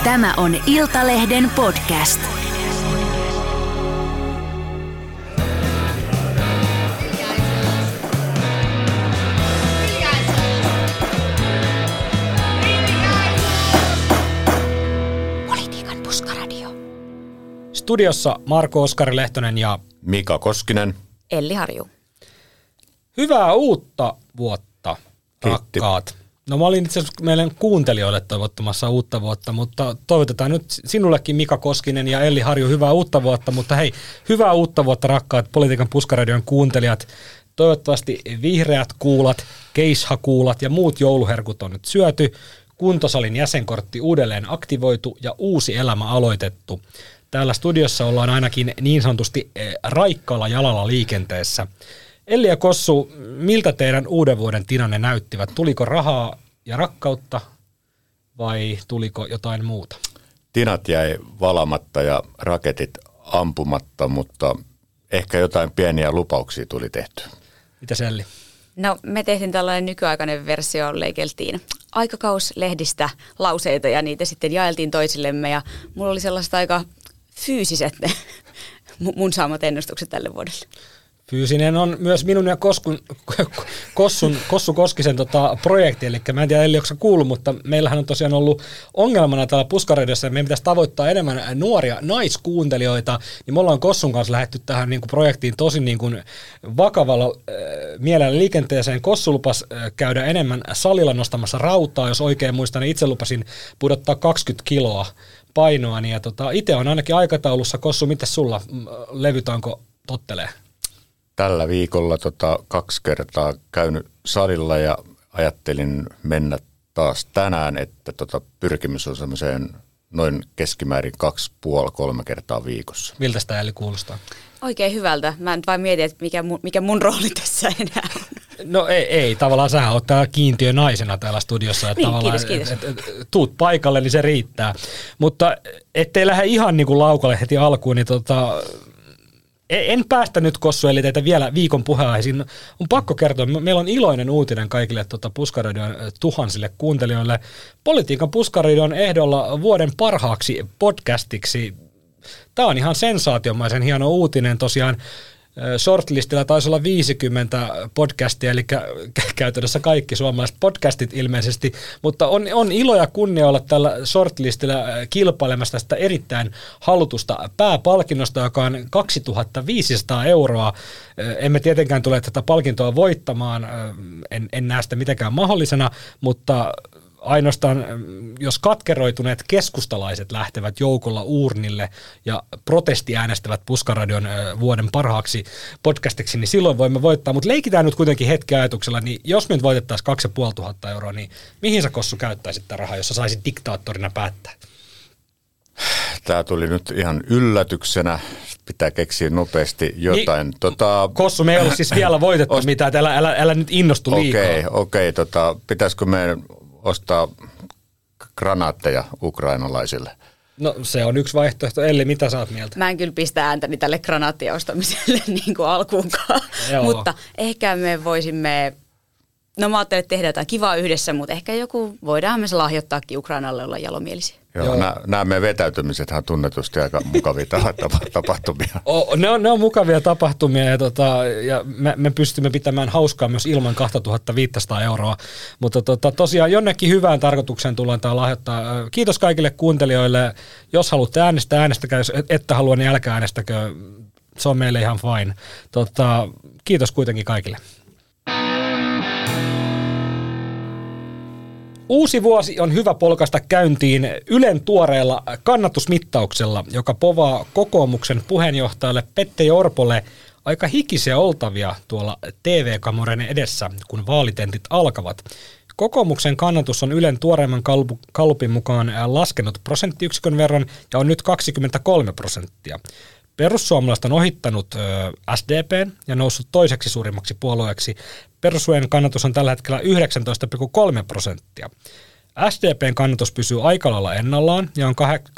Tämä on Iltalehden podcast. Politiikan puskaradio. Studiossa Marko Oskari Lehtonen ja Mika Koskinen. Elli Harju. Hyvää uutta vuotta, rakkaat. No mä olin itse asiassa meidän kuuntelijoille toivottamassa uutta vuotta, mutta toivotetaan nyt sinullekin Mika Koskinen ja Elli Harju hyvää uutta vuotta, mutta hei, hyvää uutta vuotta rakkaat Politiikan puskaradion kuuntelijat. Toivottavasti vihreät kuulat, keishakuulat ja muut jouluherkut on nyt syöty, kuntosalin jäsenkortti uudelleen aktivoitu ja uusi elämä aloitettu. Täällä studiossa ollaan ainakin niin sanotusti raikkaalla jalalla liikenteessä. Elli ja Kossu, miltä teidän uuden vuoden tilanne näyttivät? Tuliko rahaa ja rakkautta vai tuliko jotain muuta? Tinat jäi valamatta ja raketit ampumatta, mutta ehkä jotain pieniä lupauksia tuli tehtyä. Mitäs Elli? No me tehtiin tällainen nykyaikainen versio, leikeltiin aikakauslehdistä lauseita ja niitä sitten jaeltiin toisillemme ja mulla oli sellaiset aika fyysiset ne mun saamat ennustukset tälle vuodelle. Fyysinen on myös minun ja Kossu Koskisen projekti, eli mä en tiedä Elli, onko sä kuullut, mutta meillähän on tosiaan ollut ongelmana täällä Puskaradiossa, ja meidän pitäisi tavoittaa enemmän nuoria naiskuuntelijoita, niin me ollaan Kossun kanssa lähdetty tähän niin kuin projektiin tosi niin kuin vakavalla mielellä liikenteeseen. Kossu lupasi käydä enemmän salilla nostamassa rautaa, jos oikein muistan, niin itse lupasin pudottaa 20 kiloa painoa, ja itse on ainakin aikataulussa. Kossu, miten sulla levytanko tottelee? Tällä viikolla 2 kertaa käynyt salilla ja ajattelin mennä taas tänään, että pyrkimys on semmoiseen noin keskimäärin 2,5-3 kertaa viikossa. Miltä sitä Elli kuulostaa? Oikein hyvältä. Mä nyt vain mietin, että mikä mun rooli tässä enää on. No ei tavallaan sähän oot täällä kiintiönaisena täällä studiossa. Että niin, kiitos. Tuut paikalle, niin se riittää. Mutta ettei lähde ihan niin kuin laukalle heti alkuun, niin en päästä nyt Kossu, eli teitä vielä viikon puheenaiheisiin. On pakko kertoa, meillä on iloinen uutinen kaikille Puskaradion tuhansille kuuntelijoille. Politiikan Puskaradion ehdolla vuoden parhaaksi podcastiksi. Tämä on ihan sensaatiomaisen hieno uutinen tosiaan. Shortlistilla taisi olla 50 podcastia, eli käytännössä kaikki suomalaiset podcastit ilmeisesti, mutta on ilo ja kunnia olla tällä shortlistilla kilpailemassa tästä erittäin halutusta pääpalkinnosta, joka on 2500 €. Emme tietenkään tule tätä palkintoa voittamaan, en näe sitä mitenkään mahdollisena, mutta ainoastaan, jos katkeroituneet keskustalaiset lähtevät joukolla uurnille ja protestiäänestävät Puskaradion vuoden parhaaksi podcastiksi, niin silloin voimme voittaa. Mutta leikitään nyt kuitenkin hetki ajatuksella, niin jos me nyt voitettaisiin 2500 €, niin mihin sä Kossu käyttäisit tätä rahaa, jos sä saisit diktaattorina päättää? Tämä tuli nyt ihan yllätyksenä. Pitää keksiä nopeasti jotain. Niin, Kossu, me ei ollut siis vielä voitettu mitään, älä nyt innostu liikaa. Okei. Pitäisikö me ostaa granaatteja ukrainalaisille? No se on yksi vaihtoehto. Elli, mitä sä oot mieltä? Mä en kyllä pistä ääntäni tälle granaattien ostamiselle niin kuin alkuunkaan, mutta ehkä me voisimme, no mä ajattelin, että tehdään jotain kivaa yhdessä, mutta ehkä voidaan me se lahjoittaakin Ukrainalle olla jalomielisiä. Joo. Nämä meidän vetäytymisethän on tunnetusti aika mukavia tapahtumia. Ne on mukavia tapahtumia ja me pystymme pitämään hauskaa myös ilman 2500 €. Mutta tosiaan jonnekin hyvään tarkoitukseen tullaan tämä lahjoittaa. Kiitos kaikille kuuntelijoille. Jos haluatte äänestää, äänestäkää. Jos ette halua, niin älkää äänestäkö. Se on meille ihan fine. Kiitos kuitenkin kaikille. Uusi vuosi on hyvä polkaista käyntiin Ylen tuoreella kannatusmittauksella, joka povaa kokoomuksen puheenjohtajalle Petteri Orpolle aika hikisiä oltavia tuolla TV-kameroiden edessä, kun vaalitentit alkavat. Kokoomuksen kannatus on Ylen tuoreimman gallupin mukaan laskenut prosenttiyksikön verran ja on nyt 23%. Perussuomalaiset on ohittanut SDP:n ja noussut toiseksi suurimmaksi puolueeksi. Perussuomalaisten kannatus on tällä hetkellä 19,3%. SDP:n kannatus pysyy aika lailla ennallaan ja on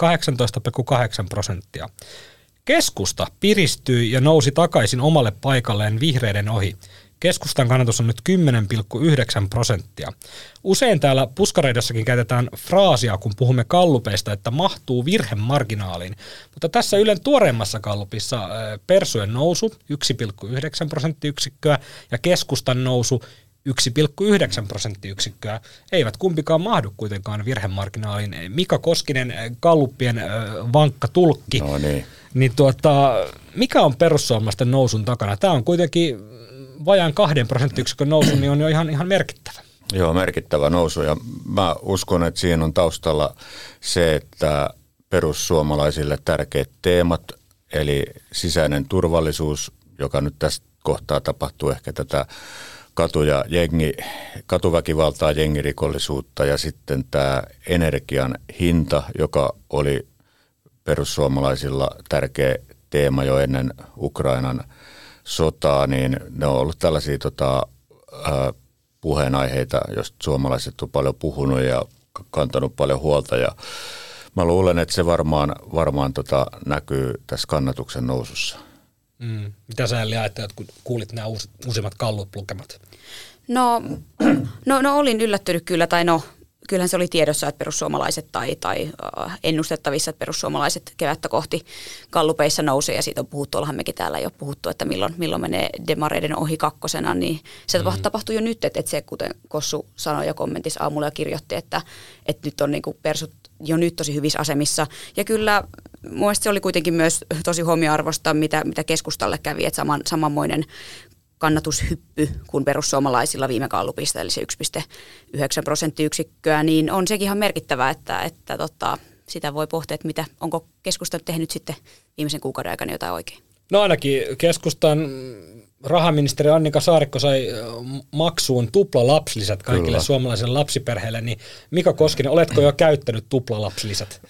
18,8%. Keskusta piristyi ja nousi takaisin omalle paikalleen vihreiden ohi. Keskustan kannatus on nyt 10,9%. Usein täällä Puskareidossakin käytetään fraasia, kun puhumme gallupeista, että mahtuu virhemarginaaliin. Mutta tässä Ylen tuoreimmassa gallupissa persujen nousu 1,9 prosenttiyksikköä ja keskustan nousu 1,9 prosenttiyksikköä eivät kumpikaan mahdu kuitenkaan virhemarginaaliin. Mika Koskinen, Gallupien vankka tulkki, no niin. Niin mikä on perussuomalaisten nousun takana? Tämä on kuitenkin vajaan 2 prosenttiyksikön nousu, niin on jo ihan merkittävä. Joo, merkittävä nousu ja mä uskon, että siinä on taustalla se, että perussuomalaisille tärkeät teemat, eli sisäinen turvallisuus, joka nyt tästä kohtaa tapahtuu ehkä tätä katuväkivaltaa, jengirikollisuutta ja sitten tämä energian hinta, joka oli perussuomalaisilla tärkeä teema jo ennen Ukrainan sotaa, niin ne on ollut tällaisia puheenaiheita, joista suomalaiset on paljon puhunut ja kantanut paljon huolta ja mä luulen, että se varmaan näkyy tässä kannatuksen nousussa. Mitä sä Elli ajattelet, kun kuulit nämä uusimmat Gallup-lukemat? No olin yllättynyt kyllä, tai kyllähän se oli tiedossa, että perussuomalaiset tai ennustettavissa, että perussuomalaiset kevättä kohti gallupeissa nousee ja siitä on puhuttu, ollaanhan mekin täällä jo puhuttu, että milloin menee demareiden ohi kakkosena, niin se tapahtuu jo nyt, että se kuten Kossu sanoi ja kommentissa aamulla ja kirjoitti, että nyt on niinku persut jo nyt tosi hyvissä asemissa ja kyllä mun mielestä se oli kuitenkin myös tosi huomioarvosta, mitä keskustalle kävi, että samanmoinen kannatushyppy kuin perussuomalaisilla viime gallupista, eli se 1,9 prosenttiyksikköä, niin on sekin ihan merkittävää, että sitä voi pohtia, että onko keskusta tehnyt sitten viimeisen kuukauden aikana jotain oikein. No ainakin keskustan rahaministeri Annika Saarikko sai maksuun tuplalapsilisät kaikille suomalaisille lapsiperheille, niin Mika Koskinen, oletko jo käyttänyt tuplalapsilisät?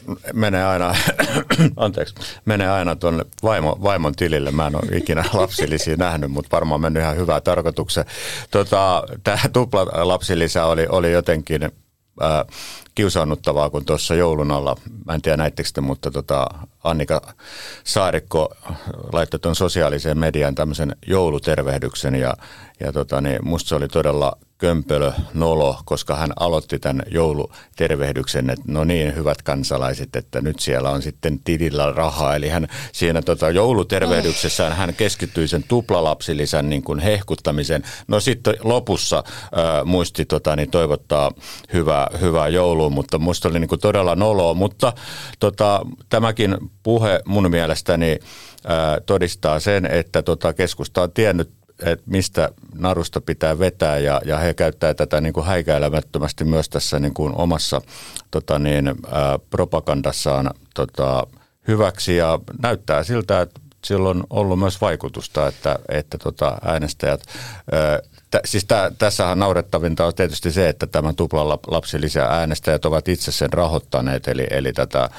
Menee aina tuonne vaimon tilille. Mä en ole ikinä lapsilisiä nähnyt, mutta varmaan mennyt ihan hyvää tarkoitukseen. Tämä tuplalapsilisä oli jotenkin kiusaannuttavaa, kun tuossa joulun alla, mä en tiedä näittekö te, mutta Annika Saarikko laittoi tuon sosiaaliseen mediaan tämmöisen joulutervehdyksen ja musta se oli todella kömpelö nolo, koska hän aloitti tämän joulutervehdyksen, että no niin, hyvät kansalaiset, että nyt siellä on sitten tilillä rahaa. Eli hän siinä joulutervehdyksessään hän keskittyi sen tuplalapsilisän niin kuin hehkuttamiseen. No sitten lopussa muisti toivottaa hyvää joulua, mutta musta oli niin kuin todella noloa. Mutta tämäkin puhe mun mielestäni todistaa sen, että keskusta on tiennyt, että mistä narusta pitää vetää ja he käyttää tätä niin kuin häikäilemättömästi myös tässä niin kuin omassa propagandassaan hyväksi ja näyttää siltä, että sillä on ollut myös vaikutusta, että äänestäjät, tässähän naurettavinta on tietysti se, että tämän tuplalapsilisä äänestäjät ovat itse sen rahoittaneet, eli tätä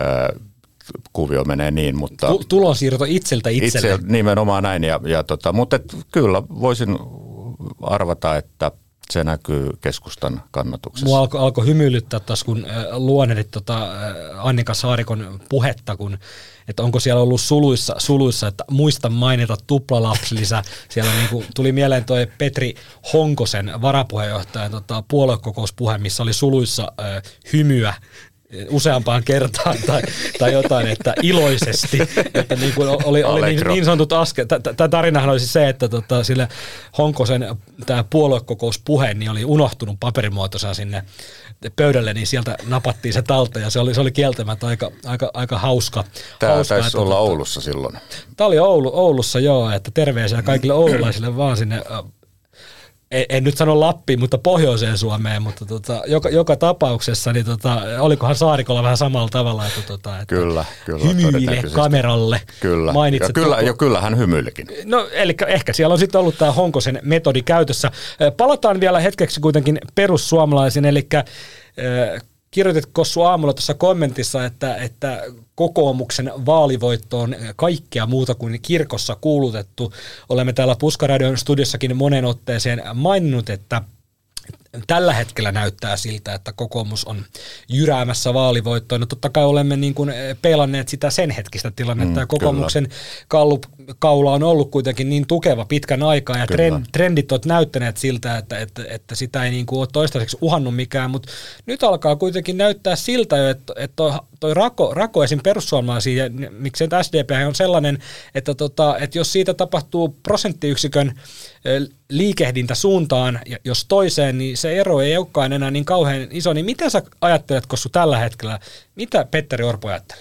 kuvio menee niin, mutta tulonsiirto itseltä itselle. Nimenomaan näin, mutta kyllä voisin arvata, että se näkyy keskustan kannatuksessa. Mua alkoi hymyilyttää taas, kun luonnehdit Annika Saarikon puhetta, että onko siellä ollut suluissa, että muista mainita tuplalapsilisä. Siellä tuli mieleen toi Petri Honkosen varapuheenjohtajan puoluekokouspuhe, missä oli suluissa hymyä useampaan kertaan tai jotain, että iloisesti, että oli niin sanotut askel. Tämä tarinahan olisi se, että sille Honkosen tämä puoluekokouspuhe niin oli unohtunut paperimuotoisena sinne pöydälle, niin sieltä napattiin se talteen ja se oli kieltämättä aika hauska. Tämä taisi olla Oulussa silloin. Tämä oli Oulussa, joo, että terveisiä kaikille oululaisille vaan sinne. En nyt sano Lappiin, mutta pohjoiseen Suomeen, mutta joka tapauksessa, niin olikohan Saarikolla vähän samalla tavalla, että kyllä, hymyile kameralle. Kyllä, kyllä hän hymyilikin. No, eli ehkä siellä on sitten ollut tämä Honkosen metodi käytössä. Palataan vielä hetkeksi kuitenkin perussuomalaisiin, eli kirjoitit Kossu aamulla tuossa kommentissa, että kokoomuksen vaalivoitto on kaikkea muuta kuin kirkossa kuulutettu. Olemme täällä Puskaradion studiossakin monen otteeseen maininnut, että tällä hetkellä näyttää siltä, että kokoomus on jyräämässä vaalivoittoon. No totta kai olemme niin kuin peilanneet sitä sen hetkistä tilannetta, ja kokoomuksen kaula on ollut kuitenkin niin tukeva pitkän aikaa, ja trendit ovat näyttäneet siltä, että sitä ei niin kuin ole toistaiseksi uhannut mikään, mutta nyt alkaa kuitenkin näyttää siltä, että toi rako esim. Perussuomalaisia, ja miksei SDP on sellainen, että jos siitä tapahtuu prosenttiyksikön liikehdintä suuntaan, jos toiseen, niin se ero ei olekaan enää niin kauhean iso. Niin mitä sä ajattelet, Kossu, tällä hetkellä? Mitä Petteri Orpo ajattelee?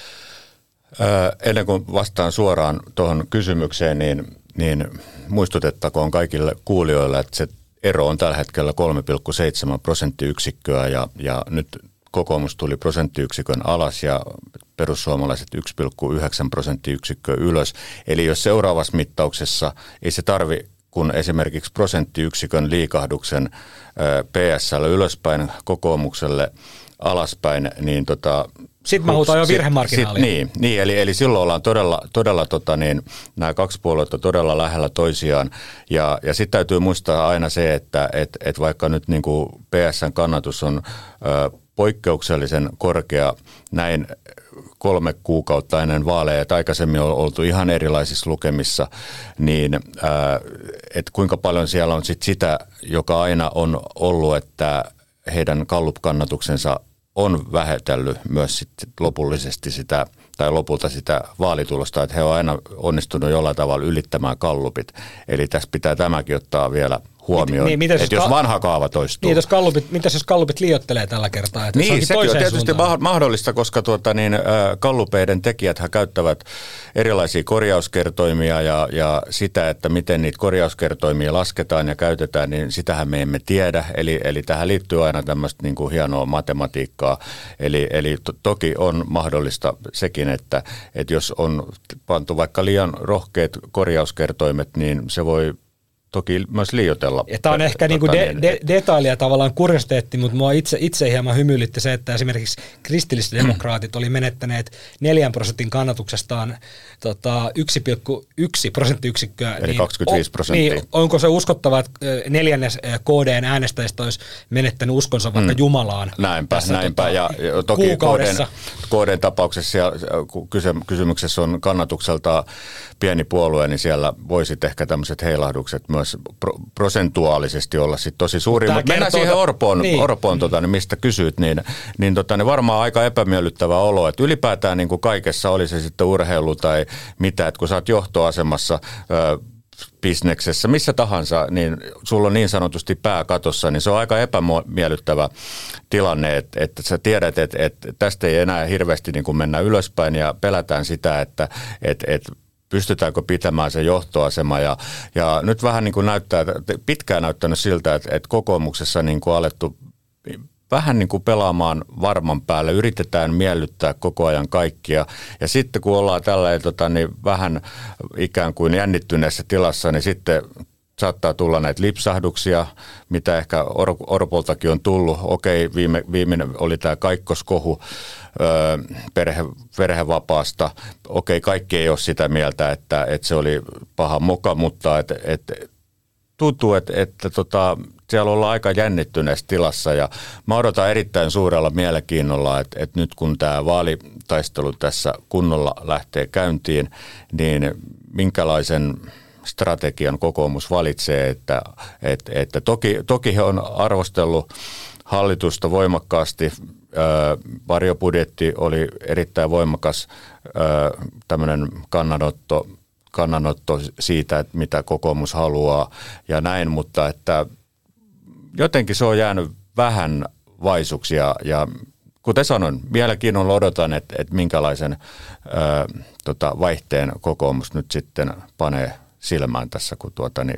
Ennen kuin vastaan suoraan tuohon kysymykseen, niin muistutettakoon kaikille kuulijoille, että se ero on tällä hetkellä 3,7 prosenttiyksikköä, ja nyt kokoomus tuli prosenttiyksikön alas ja perussuomalaiset 1,9 prosenttiyksikköä ylös. Eli jos seuraavassa mittauksessa ei se tarvi kun esimerkiksi prosenttiyksikön liikahduksen PS:llä ylöspäin, kokoomukselle alaspäin, niin sitten mä huutaan jo virhemarginaalia. Niin, eli silloin ollaan todella nämä kaksi puoluetta todella lähellä toisiaan. Ja sitten täytyy muistaa aina se, että vaikka nyt niin kuin PS:n kannatus on poikkeuksellisen korkea näin 3 kuukautta ennen vaaleja, että aikaisemmin on oltu ihan erilaisissa lukemissa, niin että kuinka paljon siellä on sit sitä, joka aina on ollut, että heidän Gallup-kannatuksensa on vähetellyt myös sit lopullisesti sitä, tai lopulta sitä vaalitulosta, että he on aina onnistunut jollain tavalla ylittämään Gallupit. Eli tässä pitää tämäkin ottaa vielä huomioon, että jos vanha kaava toistuu. Niin, mitäs jos Gallupit liioittelee tällä kertaa? Että niin, sekin on tietysti suuntaan mahdollista, koska Gallupeiden tekijäthän käyttävät erilaisia korjauskertoimia ja sitä, että miten niitä korjauskertoimia lasketaan ja käytetään, niin sitähän me emme tiedä. Eli tähän liittyy aina tämmöistä niin kuin hienoa matematiikkaa. Eli toki on mahdollista sekin, että jos on pantu vaikka liian rohkeat korjauskertoimet, niin se voi toki myös liioitella. Tämä on ehkä niinku detailia tavallaan kuriositeetti, mutta mua itse hieman hymyilytti se, että esimerkiksi kristillisdemokraatit oli menettäneet 4% kannatuksestaan 1,1 prosenttiyksikköä. Eli 25%. Niin, onko se uskottava, että neljännes KD:n äänestäjistä olisi menettänyt uskonsa vaikka Jumalaan? Näinpä. Ja toki KD:n tapauksessa, kun kysymyksessä on kannatukselta pieni puolue, niin siellä voisit ehkä tämmöiset heilahdukset myös prosentuaalisesti olla sit tosi suuri. Mutta mennään siihen Orpoon, niin mistä kysyt, niin varmaan aika epämiellyttävä olo, että ylipäätään niin kuin kaikessa, oli se sitten urheilu tai mitä, että kun sä oot johtoasemassa bisneksessä, missä tahansa, niin sulla on niin sanotusti pää katossa, niin se on aika epämiellyttävä tilanne, että sä tiedät, että tästä ei enää hirveästi niin kuin mennä ylöspäin ja pelätään sitä, että pystytäänkö pitämään se johtoasema. Ja nyt vähän niin kuin pitkään näyttänyt siltä, että kokoomuksessa niin kuin alettu vähän niin kuin pelaamaan varman päälle, yritetään miellyttää koko ajan kaikkia. Ja sitten kun ollaan tällä niin vähän ikään kuin jännittyneessä tilassa, niin sitten saattaa tulla näitä lipsahduksia, mitä ehkä Orpoltakin on tullut. Okei, viimeinen oli tämä Kaikkoskohu perhevapaasta. Okei, kaikki ei ole sitä mieltä, että se oli paha moka, mutta tuntuu, että siellä ollaan aika jännittyneessä tilassa, ja mä odotan erittäin suurella mielenkiinnolla, että nyt kun tämä vaalitaistelu tässä kunnolla lähtee käyntiin, niin minkälaisen strategian kokoomus valitsee, että toki he on arvostellut hallitusta voimakkaasti. Varjobudjetti oli erittäin voimakas tämmöinen kannanotto siitä, että mitä kokoomus haluaa ja näin, mutta että jotenkin se on jäänyt vähän vaisuksi, ja kuten sanoin, mielenkiinnolla odotan, että minkälaisen vaihteen kokoomus nyt sitten panee silmään tässä, kun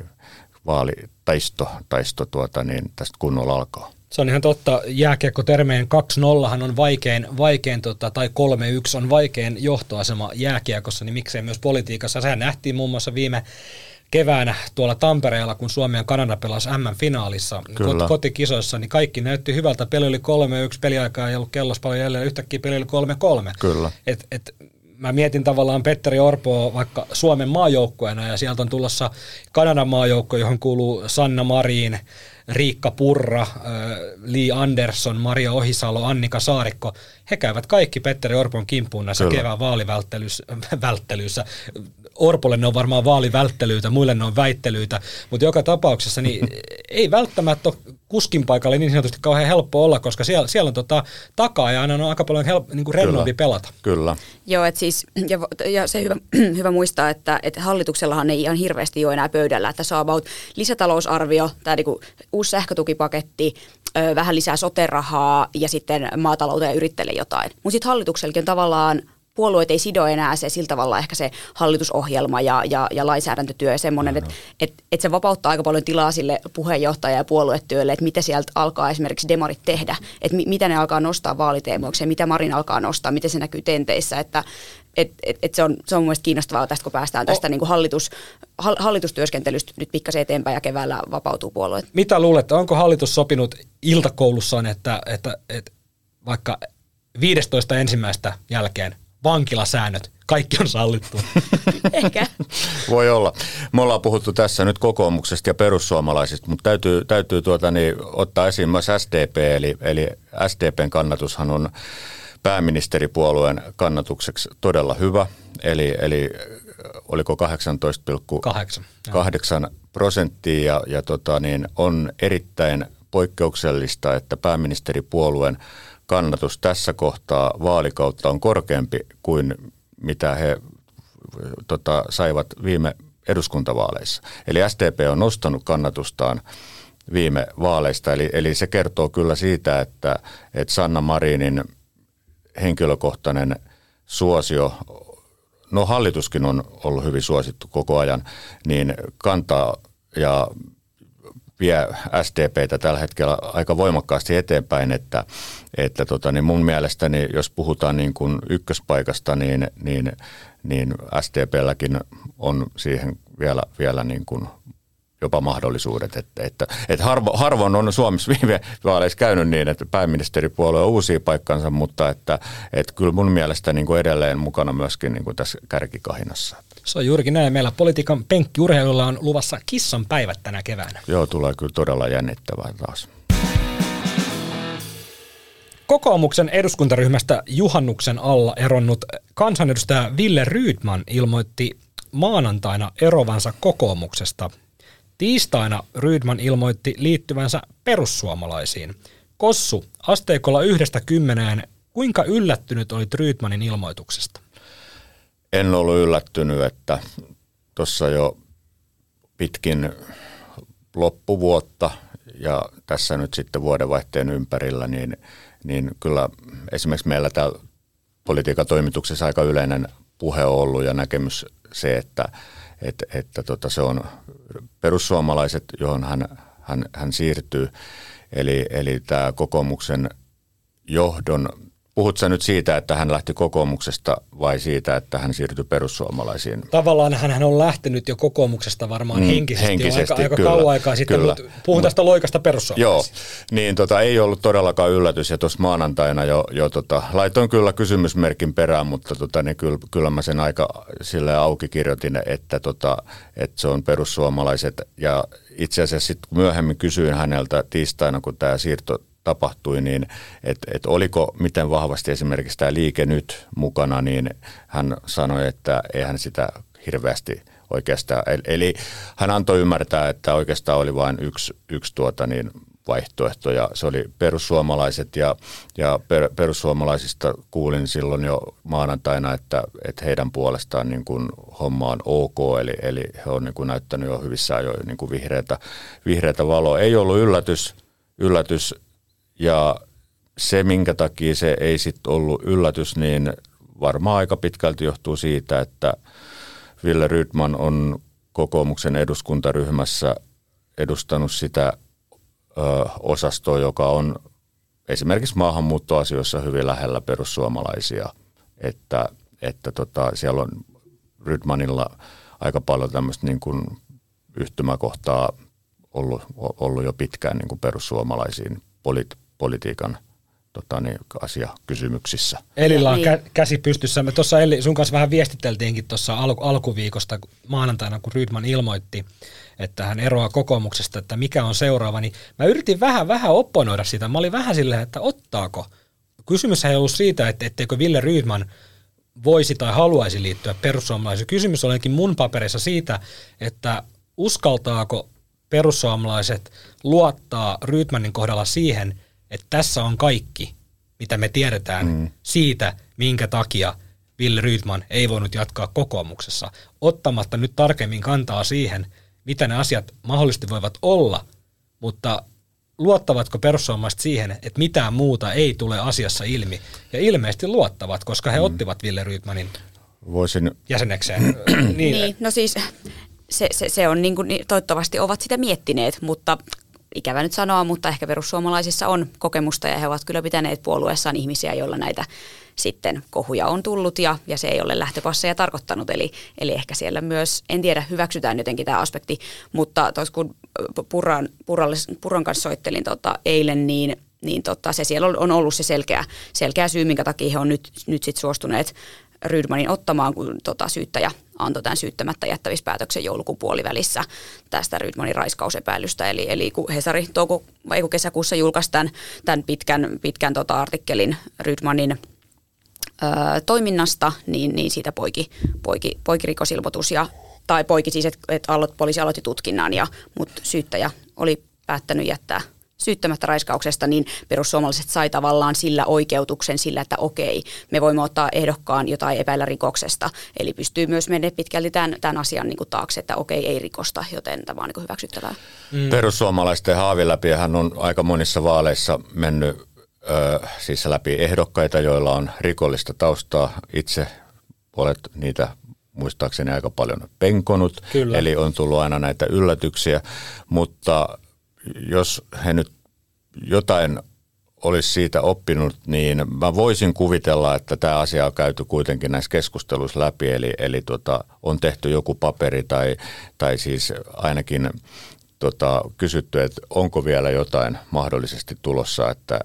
vaalitaisto tästä kunnolla alkaa. Se on ihan totta. Jääkiekkotermeen 2-0 on vaikein tai 3-1 on vaikein johtoasema jääkiekossa, niin miksei myös politiikassa. Sehän nähtiin muun muassa viime keväänä tuolla Tampereella, kun Suomi ja Kanada pelasi MM-finaalissa kotikisoissa, niin kaikki näytti hyvältä. Peli oli 3-1, peliaikaa ei ollut kellossa paljon jäljellä, yhtäkkiä peli oli 3-3. Kyllä. Mä mietin tavallaan Petteri Orpoa vaikka Suomen maajoukkueena, ja sieltä on tulossa Kanadan maajoukko, johon kuuluu Sanna Marin, Riikka Purra, Li Andersson, Maria Ohisalo, Annika Saarikko, he käyvät kaikki Petteri Orpon kimppuun näissä kevään vaalivälttelyissä. Orpolle ne on varmaan vaalivälttelyitä, muille ne on väittelyitä, mutta joka tapauksessa niin ei välttämättä ole kuskin paikalle niin sanotusti kauhean helppo olla, koska siellä on takaa ja aina on aika paljon niin rennompi pelata. Kyllä. Joo, että siis, ja se hyvä muistaa, että hallituksellahan ei ihan hirveästi ole enää pöydällä, että saa about lisätalousarvio, tämä niinku uusi sähkötukipaketti, vähän lisää sote-rahaa ja sitten maatalouteen ja yrittäjille jotain. Mutta sitten hallituksellakin on tavallaan, puolueet ei sido enää se sillä tavalla ehkä se hallitusohjelma ja lainsäädäntötyö ja semmoinen, että se vapauttaa aika paljon tilaa sille puheenjohtaja- ja puoluetyölle, että mitä sieltä alkaa esimerkiksi demarit tehdä, että mitä ne alkaa nostaa vaaliteemoiksi, mitä Marin alkaa nostaa, miten se näkyy tenteissä, että se on mun mielestä kiinnostavaa tästä, kun päästään tästä niin kuin hallitustyöskentelystä nyt pikkasen eteenpäin ja keväällä vapautuu puolueet. Mitä luulet, onko hallitus sopinut iltakoulussaan, että vaikka 15.1. jälkeen vankilasäännöt, kaikki on sallittu? Ehkä. Voi olla. Me ollaan puhuttu tässä nyt kokoomuksesta ja perussuomalaisista, mutta täytyy ottaa esiin myös SDP, eli SDPn kannatushan on pääministeripuolueen kannatukseksi todella hyvä, eli oliko 18,8% ja on erittäin poikkeuksellista, että pääministeripuolueen kannatus tässä kohtaa vaalikautta on korkeampi kuin mitä he saivat viime eduskuntavaaleissa. Eli SDP on nostanut kannatustaan viime vaaleista, eli se kertoo kyllä siitä, että Sanna Marinin henkilökohtainen suosio, no hallituskin on ollut hyvin suosittu koko ajan, niin kantaa ja vie SDPtä tällä hetkellä aika voimakkaasti eteenpäin, että mun mielestäni, jos puhutaan niin kuin ykköspaikasta, niin SDPlläkin on siihen vielä niin kuin jopa mahdollisuudet, että harvoin on Suomessa viime vaaleissa käynyt niin, että pääministeripuolue uusia paikkansa, mutta että kyllä mun mielestä niin kuin edelleen mukana myöskin niin kuin tässä kärkikahinassa. Se on juurikin näin. Meillä politiikan penkkiurheilulla on luvassa kissan päivät tänä keväänä. Joo, tulee kyllä todella jännittävää taas. Kokoomuksen eduskuntaryhmästä juhannuksen alla eronnut kansanedustaja Wille Rydman ilmoitti maanantaina erovansa kokoomuksesta. Tiistaina Rydman ilmoitti liittyvänsä perussuomalaisiin. Kossu, asteikolla 1–10, kuinka yllättynyt olit Rydmanin ilmoituksesta? En ollut yllättynyt, että tuossa jo pitkin loppuvuotta ja tässä nyt sitten vuodenvaihteen ympärillä, niin kyllä esimerkiksi meillä täällä politiikan toimituksessa aika yleinen puhe on ollut ja näkemys se, että se on perussuomalaiset, johon hän siirtyy. Eli tämä kokoomuksen johdon, puhutko sä nyt siitä, että hän lähti kokoomuksesta vai siitä, että hän siirtyi perussuomalaisiin? Tavallaan hän on lähtenyt jo kokoomuksesta varmaan henkisesti aika kyllä, kauan aikaa sitten, mutta puhun tästä loikasta perussuomalaisiin. Joo, niin ei ollut todellakaan yllätys ja tuossa maanantaina jo laitoin kyllä kysymysmerkin perään, mutta niin kyllä mä sen aika silleen auki kirjoitin, että se on perussuomalaiset ja itse asiassa sitten myöhemmin kysyin häneltä tiistaina, kun tämä siirto tapahtui, niin että oliko miten vahvasti esimerkiksi tämä Liike Nyt mukana, niin hän sanoi, että ei hän sitä hirveästi oikeastaan, eli hän antoi ymmärtää, että oikeastaan oli vain yksi vaihtoehto ja se oli perussuomalaiset ja perussuomalaisista kuulin silloin jo maanantaina, että heidän puolestaan niin kuin homma on ok, eli he on niin kuin näyttänyt jo hyvissä ajoin niin kuin vihreätä valoa. Ei ollut yllätys. Ja se, minkä takia se ei sitten ollut yllätys, niin varmaan aika pitkälti johtuu siitä, että Wille Rydman on kokoomuksen eduskuntaryhmässä edustanut sitä osastoa, joka on esimerkiksi maahanmuuttoasioissa hyvin lähellä perussuomalaisia. Että siellä on Rydmanilla aika paljon tämmöistä niin kuin yhtymäkohtaa ollut jo pitkään niin kuin perussuomalaisiin politiikan asiakysymyksissä. Elillä on käsi pystyssä. Me tuossa Elli, sun kanssa vähän viestiteltiinkin tuossa alkuviikosta maanantaina, kun Rydman ilmoitti, että hän eroaa kokoomuksesta, että mikä on seuraava, niin mä yritin vähän opponoida sitä. Mä olin vähän silleen, että ottaako. Kysymys ei ollut siitä, etteikö Wille Rydman voisi tai haluaisi liittyä perussuomalaisiin. Kysymys olikin mun paperissa siitä, että uskaltaako perussuomalaiset luottaa Rydmanin kohdalla siihen, että tässä on kaikki, mitä me tiedetään siitä, minkä takia Wille Rydman ei voinut jatkaa kokoomuksessa, ottamatta nyt tarkemmin kantaa siihen, mitä ne asiat mahdollisesti voivat olla, mutta luottavatko perussuomalaiset siihen, että mitään muuta ei tule asiassa ilmi? Ja ilmeisesti luottavat, koska he ottivat Wille Rydmanin jäsenekseen. Niin, no siis se on niin kuin, toivottavasti ovat sitä miettineet, mutta ikävä nyt sanoa, mutta ehkä perussuomalaisissa on kokemusta ja he ovat kyllä pitäneet puolueessaan ihmisiä, joilla näitä sitten kohuja on tullut ja se ei ole lähtöpasseja tarkoittanut. Eli ehkä siellä myös, en tiedä, hyväksytään jotenkin tämä aspekti, mutta kun Purran kanssa soittelin eilen, niin se siellä on ollut se selkeä syy, minkä takia he on nyt sit suostuneet Rydmanin ottamaan, kun syyttäjä antoi tämän syyttämättä jättävispäätöksen joulukuun puolivälissä tästä Rydmanin raiskausepäilystä. Eli kun Hesari kesäkuussa julkaisi tämän pitkän artikkelin Rydmanin toiminnasta, niin siitä poiki rikosilmoitus tai poiki siis, että poliisi aloitti tutkinnan, mutta syyttäjä oli päättänyt jättää syyttämättä raiskauksesta, niin perussuomalaiset sai tavallaan sillä oikeutuksen sillä, että okei, me voimme ottaa ehdokkaan jotain epäillä rikoksesta. Eli pystyy myös mennä pitkälti tämän asian niin kuin taakse, että okei, ei rikosta, joten tämä on niin kuin hyväksyttävää. Perussuomalaisten haaviläpiähän on aika monissa vaaleissa mennyt siis läpi ehdokkaita, joilla on rikollista taustaa. Itse olet niitä muistaakseni aika paljon penkonut, Kyllä. Eli on tullut aina näitä yllätyksiä, mutta jos he nyt jotain olisi siitä oppinut, niin mä voisin kuvitella, että tämä asia on käyty kuitenkin näissä keskusteluissa läpi, eli on tehty joku paperi tai siis ainakin kysytty, että onko vielä jotain mahdollisesti tulossa, että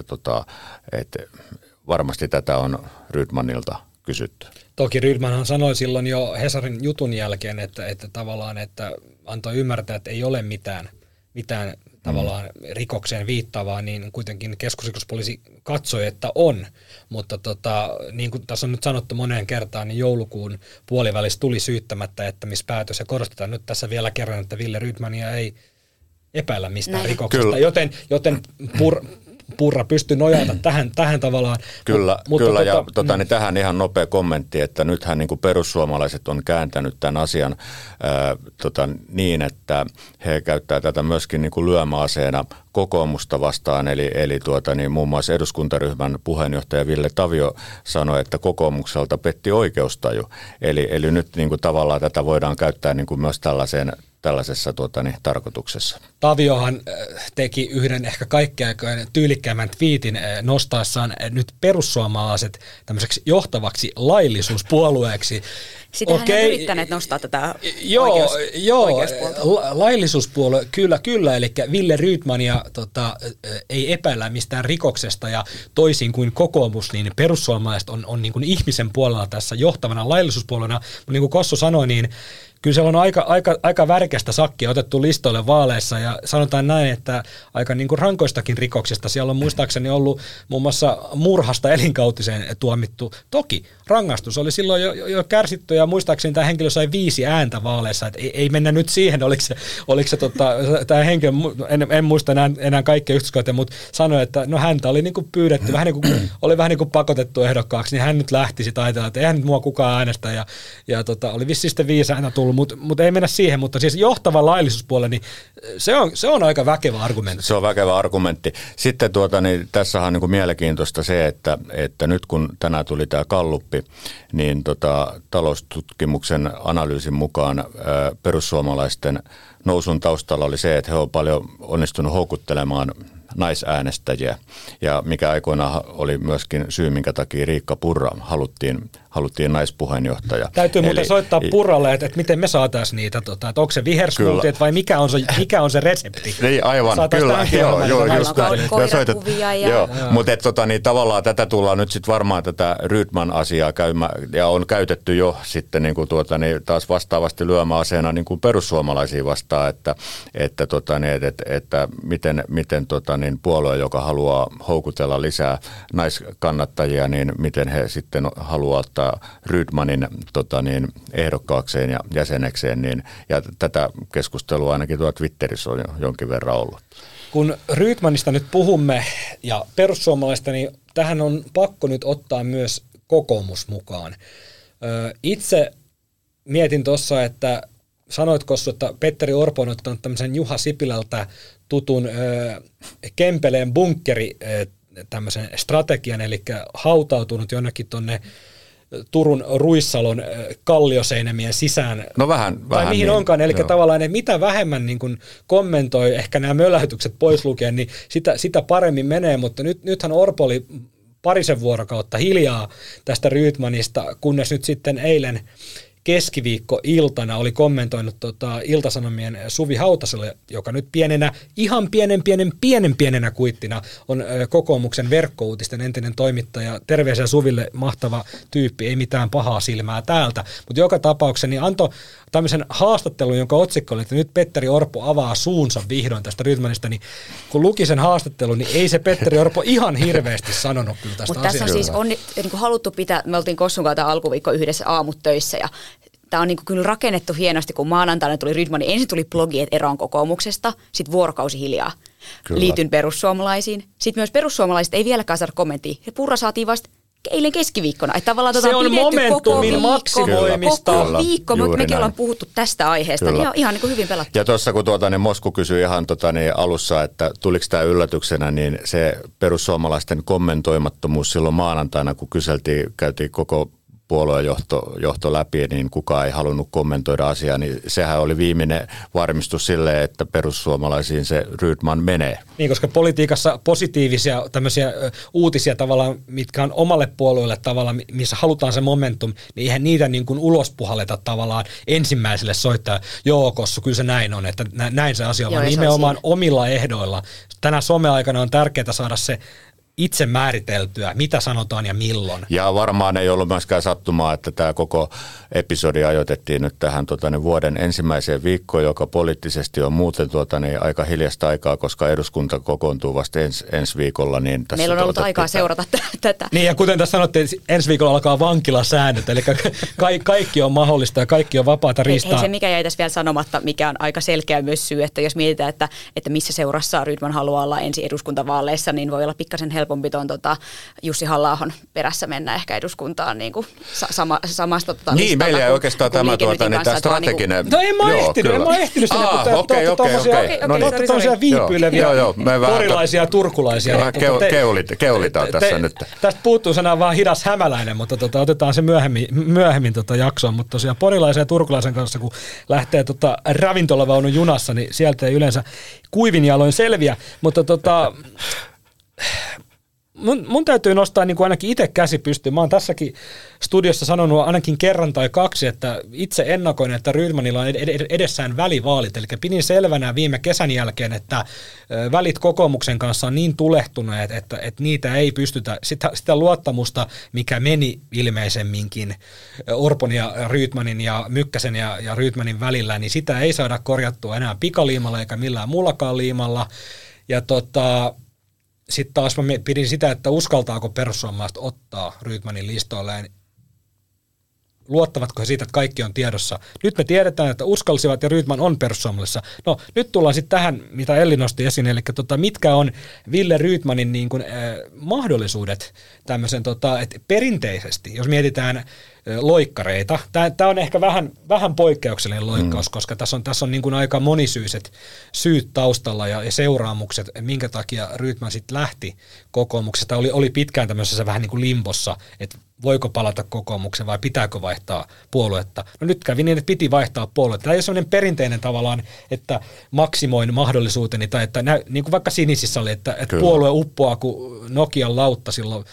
varmasti tätä on Rydmanilta kysytty. Toki Rydmanhan sanoi silloin jo Hesarin jutun jälkeen, että tavallaan että antoi ymmärtää, että ei ole mitään tavallaan rikokseen viittaavaa, niin kuitenkin keskusrikospoliisi katsoi, että on. Mutta niin kuin tässä on nyt sanottu moneen kertaan, niin joulukuun puolivälissä tuli syyttämättä jättämispäätös ja korostetaan nyt tässä vielä kerran, että Wille Rydmania ei epäillä mistään rikoksesta, Kyllä. joten Purra pystyy nojata tähän tavallaan. Kyllä, ja tähän ihan nopea kommentti, että nythän niin kuin perussuomalaiset on kääntänyt tämän asian niin, että he käyttää tätä myöskin niin kuin lyömäaseena kokoomusta vastaan, eli muun muassa eduskuntaryhmän puheenjohtaja Ville Tavio sanoi, että kokoomukselta petti oikeustaju. Eli nyt niin kuin tavallaan tätä voidaan käyttää niin kuin myös tällaisessa tarkoituksessa. Taviohan teki yhden ehkä kaikkein tyylikkäämmän twiitin nostaessaan nyt perussuomalaiset tämmöiseksi johtavaksi laillisuuspuolueeksi. Sitähän on yrittäneet nostaa tätä oikeuspuolta. Laillisuuspuolue, kyllä, eli Wille Rydmania ei epäillä mistään rikoksesta ja toisin kuin kokoomus, niin perussuomalaiset on niin kuin ihmisen puolella tässä johtavana laillisuuspuolueena. Niin kuin Kossu sanoi, niin kyllä siellä on aika värikästä sakkia otettu listoille vaaleissa ja sanotaan näin, että aika niin kuin rankoistakin rikoksista. Siellä on muistaakseni ollut muun muassa murhasta elinkautiseen tuomittu. Toki rangaistus oli silloin jo kärsitty ja muistaakseni tämä henkilö sai 5 ääntä vaaleissa. Että ei mennä nyt siihen, oliko se tämä henkilö, en muista enää kaikkia yksityiskohtia, mutta sanoi, että no häntä oli niin kuin pyydetty, oli vähän niin kuin pakotettu ehdokkaaksi, niin hän nyt lähti sitä ajatella, että eihän nyt mua kukaan äänestä ja oli vissiin sitten 5 ääntä tullut. Mutta ei mennä siihen, mutta siis johtava laillisuuspuolella, niin se on aika väkevä argumentti. Se on väkevä argumentti. Sitten niin tässä on niin kuin mielenkiintoista se, että nyt kun tänään tuli tämä Galluppi, niin taloustutkimuksen analyysin mukaan perussuomalaisten nousun taustalla oli se, että he ovat paljon onnistunut houkuttelemaan naisäänestäjiä. Ja mikä aikoinaan oli myöskin syy, minkä takia Riikka Purra haluttiin naispuheenjohtaja. Täytyy muuten soittaa Purralle, että miten me saataisiin niitä, että onko se vihersmoothie vai mikä on se resepti? Niin, aivan, kyllä. Joo, just näin. Mutta niin tavallaan tätä tullaan nyt sitten varmaan tätä Rydman-asiaa käymään, ja on käytetty jo sitten niin taas vastaavasti lyömäaseena niin kuin perussuomalaisia vastaan, että miten puolue, joka haluaa houkutella lisää naiskannattajia, niin miten he sitten haluaa ottaa Rydmanin ehdokkaakseen ja jäsenekseen, niin, ja tätä keskustelua ainakin Twitterissä on jonkin verran ollut. Kun Rydmanista nyt puhumme ja perussuomalaista, niin tähän on pakko nyt ottaa myös kokoomus mukaan. Itse mietin tuossa, että sanoit Kossu, että Petteri Orpo on ottanut tämmöisen Juha Sipilältä tutun Kempeleen bunkkeri tämmöisen strategian, eli hautautunut jonnekin tuonne Turun Ruissalon kallioseinämien sisään. No vähän tai mihin niin, onkaan, eli tavallaan ne mitä vähemmän niin kuin kommentoi, ehkä nämä mölähytykset pois lukien, niin sitä paremmin menee, mutta nythän Orpo oli parisen vuorokautta hiljaa tästä Rydmanista, kunnes nyt sitten eilen keskiviikkoiltana oli kommentoinut Ilta-Sanomien Suvi Hautaselle, joka nyt ihan pienenä kuittina on kokoomuksen verkkouutisten entinen toimittaja. Terveisiä Suville, mahtava tyyppi, ei mitään pahaa silmää täältä. Mutta joka tapauksessa niin antoi tämmöisen haastattelun, jonka otsikko oli, että nyt Petteri Orpo avaa suunsa vihdoin tästä Rydmanista, niin kun luki sen haastattelun, niin ei se Petteri Orpo ihan hirveästi sanonut kyllä tästä asiasta. Mutta tässä on siis niin haluttu pitää, me oltiin Kossun kanssa alkuviikko yhdessä aamut töissä ja tämä on niin kyllä rakennettu hienosti, kun maanantaina tuli Rydman, niin ensin tuli blogi, että eroon kokoomuksesta, sitten vuorokausi hiljaa. Kyllä. Liityn perussuomalaisiin. Sitten myös perussuomalaiset ei vieläkään saada kommenttia. Ja Purra saatiin vasta eilen keskiviikkona. Että tavallaan se on momentumin maksimoimista. Koko viikko, mutta mekin ollaan puhuttu tästä aiheesta. Niin ihan niin kuin hyvin pelattu. Ja tuossa kun Mosku kysyi ihan alussa, että tuliko tämä yllätyksenä, niin se perussuomalaisten kommentoimattomuus silloin maanantaina, kun käytiin koko puoluejohto läpi, niin kukaan ei halunnut kommentoida asiaa, niin sehän oli viimeinen varmistus sille, että perussuomalaisiin se Rydman menee. Niin, koska politiikassa positiivisia tämmöisiä uutisia tavallaan, mitkä on omalle puolueelle tavallaan, missä halutaan se momentum, niin eihän niitä niin kuin ulospuhalleta tavallaan ensimmäiselle soittaa, joo Kossu, kyllä se näin on, että näin se asia on, vaan nimenomaan omilla ehdoilla. Tänä some-aikana on tärkeää saada se itse määriteltyä, mitä sanotaan ja milloin. Ja varmaan ei ollut myöskään sattumaa, että tämä koko episodi ajoitettiin nyt tähän vuoden ensimmäiseen viikkoon, joka poliittisesti on muuten aika hiljasta aikaa, koska eduskunta kokoontuu vasta ensi viikolla. Niin tässä meillä on ollut aikaa seurata tätä. Niin ja kuten tässä sanottiin, ensi viikolla alkaa vankilasäännöt, eli kaikki on mahdollista ja kaikki on vapaata riistaa. Hei, se mikä jäi tässä vielä sanomatta, mikä on aika selkeä myös syy, että jos mietitään, että missä seurassa Rydman haluaa olla ensi eduskuntavaaleissa, niin voi olla pikkasen helpompi tuon Jussi Halla-ahon perässä mennä ehkä eduskuntaan niin kuin samasta niin, meillä ei oikeastaan tämä strateginen. No en mä ehtinyt sinne, kun te tuollaisia viipyileviä porilaisia turkulaisia. Vähän keulitaan tässä nyt. Tästä puuttuu sana vaan hidas hämäläinen, mutta otetaan se myöhemmin jaksoon. Mutta tosiaan porilaisen ja turkulaisen kanssa, kun lähtee ravintolavaunun junassa, niin sieltä ei yleensä kuivin jaloin selviä. Mutta mun täytyy nostaa niin kuin ainakin itse käsi pystyyn. Mä oon tässäkin studiossa sanonut ainakin kerran tai kaksi, että itse ennakoin, että Rydmanilla on edessään välivaalit. Eli pidin selvänä viime kesän jälkeen, että välit kokoomuksen kanssa on niin tulehtuneet, että niitä ei pystytä, sitä luottamusta, mikä meni ilmeisemminkin Orpon ja Rydmanin ja Mykkäsen ja Rydmanin välillä, niin sitä ei saada korjattua enää pikaliimalla eikä millään muullakaan liimalla. Ja sitten taas mä pidin sitä, että uskaltaako perussuomalaiset ottaa Rydmanin listoilleen. Luottavatko he siitä, että kaikki on tiedossa? Nyt me tiedetään, että uskalsivat ja Rydman on perussuomalaisissa. No nyt tullaan sitten tähän, mitä Elli nosti esiin, eli mitkä on Ville Rydmanin niin kuin, mahdollisuudet tämmöisen, että perinteisesti, jos mietitään loikkareita, tämä on ehkä vähän poikkeuksellinen loikkaus, koska tässä on niin kuin aika monisyiset syyt taustalla ja seuraamukset, minkä takia Rydman sitten lähti kokoomuksesta. Oli pitkään tämmöisessä vähän niin kuin limbossa, että voiko palata kokoomukseen vai pitääkö vaihtaa puoluetta. No nyt kävi niin, että piti vaihtaa puoluetta. Tämä ei ole sellainen perinteinen tavallaan, että maksimoin mahdollisuuteni, tai että niin kuin vaikka Sinisissä oli, että puolue uppoaa kuin Nokian lautta silloin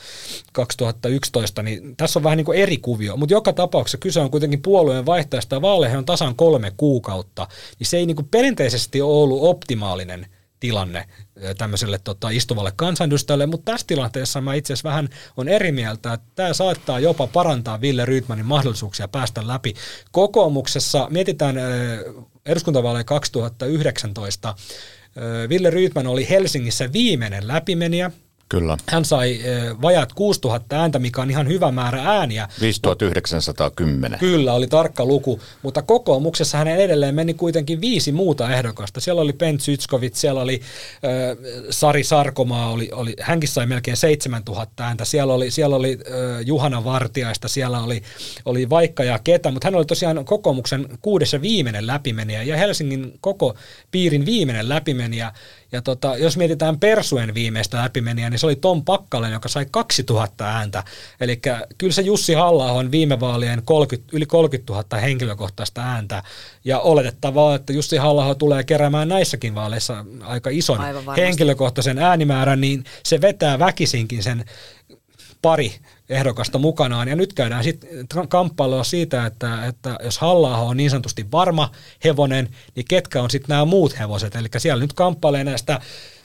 2011, niin tässä on vähän niin kuin eri kuvio. Mutta joka tapauksessa kyse on kuitenkin puolueen vaihtajasta, ja vaaleihin on tasan 3 kuukautta, niin se ei niin kuin perinteisesti ole ollut optimaalinen tilanne tämmöiselle istuvalle kansanedustajalle, mutta tässä tilanteessa mä itse asiassa vähän on eri mieltä, että tämä saattaa jopa parantaa Wille Rydmanin mahdollisuuksia päästä läpi. Kokoomuksessa mietitään eduskuntavaaleja 2019, Wille Rydman oli Helsingissä viimeinen läpimenijä. Kyllä. Hän sai vajaat 6000 ääntä, mikä on ihan hyvä määrä ääniä. 5910. Kyllä, oli tarkka luku, mutta kokoomuksessa hänen edelleen meni kuitenkin 5 muuta ehdokasta. Siellä oli Ben Zyskowicz, siellä oli Sari Sarkomaa, hänkin sai melkein 7000 ääntä. Siellä oli Juhana Vartiaista, siellä oli vaikka ja ketä, mutta hän oli tosiaan kokoomuksen 6. viimeinen läpimenijä ja Helsingin koko piirin viimeinen läpimenijä. Ja jos mietitään Persuen viimeistä läpimeniä, niin se oli Tom Pakkalen, joka sai 2000 ääntä. Eli kyllä se Jussi Halla-ahon viime vaalien yli 30 000 henkilökohtaista ääntä. Ja oletettavaa, että Jussi Halla-aho tulee keräämään näissäkin vaaleissa aika ison henkilökohtaisen äänimäärän, niin se vetää väkisinkin sen pari ehdokasta mukanaan. Ja nyt käydään sitten kamppailua siitä, että jos Halla-aho on niin sanotusti varma hevonen, niin ketkä on sitten nämä muut hevoset. Eli siellä nyt kamppailee näistä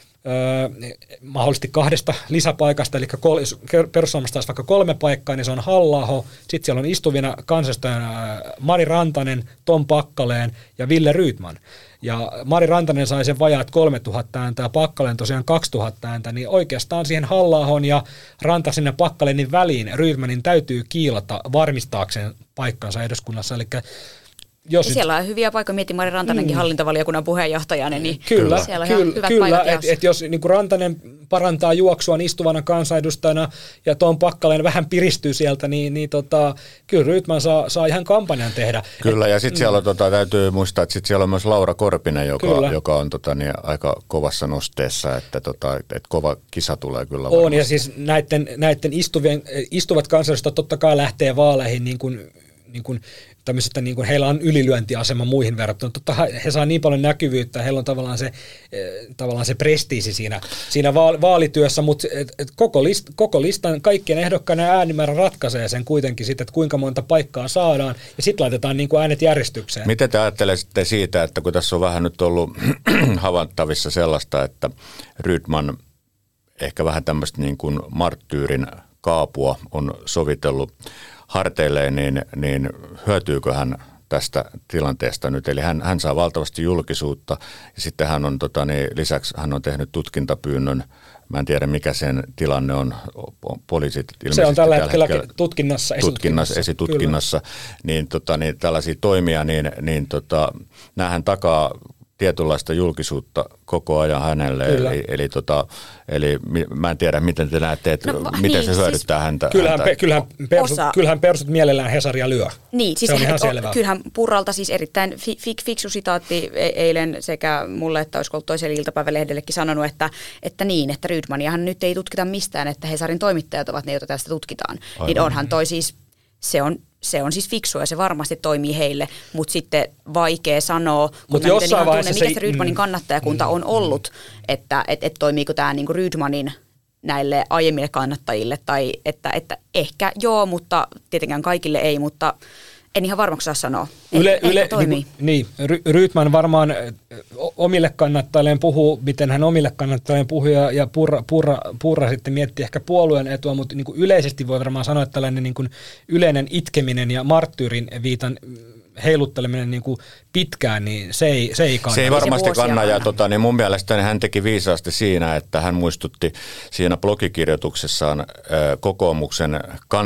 mahdollisesti 2 lisäpaikasta, eli perussuomasta taas vaikka 3 paikkaa, niin se on Halla-aho, sitten siellä on istuvina kansanedustajana Mari Rantanen, Tom Pakkaleen ja Wille Rydman. Ja Mari Rantanen sai sen vajaat 3000 ääntä ja Pakkaleen tosiaan 2000 ääntä, niin oikeastaan siihen Halla-ahon ja Rantasen ja Pakkalenin väliin Rydmanin täytyy kiilata varmistaakseen paikkansa eduskunnassa, eli siellä on hyviä paikkoja, mietin Mari Rantanenkin hallintovaliokunnan puheenjohtajana, niin kyllä, siellä on hyvät paikat jaossa. Et jos niin kuin Rantanen parantaa juoksuaan istuvana kansanedustajana ja Tom Pakkaleen vähän piristyy sieltä, niin kyllä Rydman saa ihan kampanjan tehdä. Kyllä, ja sitten siellä on, täytyy muistaa, että sitten siellä on myös Laura Korpinen, joka on aika kovassa nosteessa, että kova kisa tulee kyllä varmasti. On, ja siis näiden istuvat kansanedustajat totta kai lähtee vaaleihin niin kuin tämmöisestä, niin kuin heillä on ylilyöntiasema muihin verrattuna. Totta he saa niin paljon näkyvyyttä, heillä on tavallaan se prestiisi siinä vaalityössä, mutta koko listan kaikkien ehdokkaiden äänimäärä ratkaisee sen kuitenkin sitten, että kuinka monta paikkaa saadaan, ja sitten laitetaan niin kuin äänet järjestykseen. Miten te ajattelette siitä, että kun tässä on vähän nyt ollut havaittavissa sellaista, että Rydman ehkä vähän tämmöistä niin kuin marttyyrin kaapua on sovitellut harteilleen, niin hyötyykö hän tästä tilanteesta nyt? Eli hän saa valtavasti julkisuutta ja sitten hän on lisäksi hän on tehnyt tutkintapyynnön. Mä en tiedä mikä sen tilanne on. Poliisit ilmeisesti se on tällä hetkellä esitutkinnassa. Niin tällaisia toimia, niin näähän takaa tietynlaista julkisuutta koko ajan hänelle, eli mä en tiedä, miten te näette, että miten se hyödyttää häntä. Kyllähän persut mielellään Hesaria lyö. Niin, siis se on ihan selvää. Kyllähän Purralta siis erittäin fiksu sitaatti eilen sekä mulle, että olisiko ollut toiselle iltapäivälehdellekin sanonut, että Rydmaniahan nyt ei tutkita mistään, että Hesarin toimittajat ovat ne, joita tästä tutkitaan. Aivan. Niin onhan toi siis, se on siis fiksua ja se varmasti toimii heille, mutta sitten vaikea sanoa, kun mä miten ihan tunne, mikä se Rydmanin kannattajakunta on ollut, että toimiiko tämä niinku Rydmanin näille aiemmille kannattajille, tai että ehkä joo, mutta tietenkään kaikille ei, mutta en ihan varmaksi saa sanoa. Toimii. Niin, Rydman varmaan omille kannattajilleen puhuu, miten hän omille kannattajilleen puhuu, ja Purra sitten miettii ehkä puolueen etua, mutta niin kuin yleisesti voi varmaan sanoa, että tällainen niin kuin yleinen itkeminen ja marttyyrin viitan heilutteleminen niin kuin pitkään, niin se ei kannata. Se ei varmasti kanna, ja niin mun mielestä hän teki viisaasti siinä, että hän muistutti siinä blogikirjoituksessaan kokoomuksen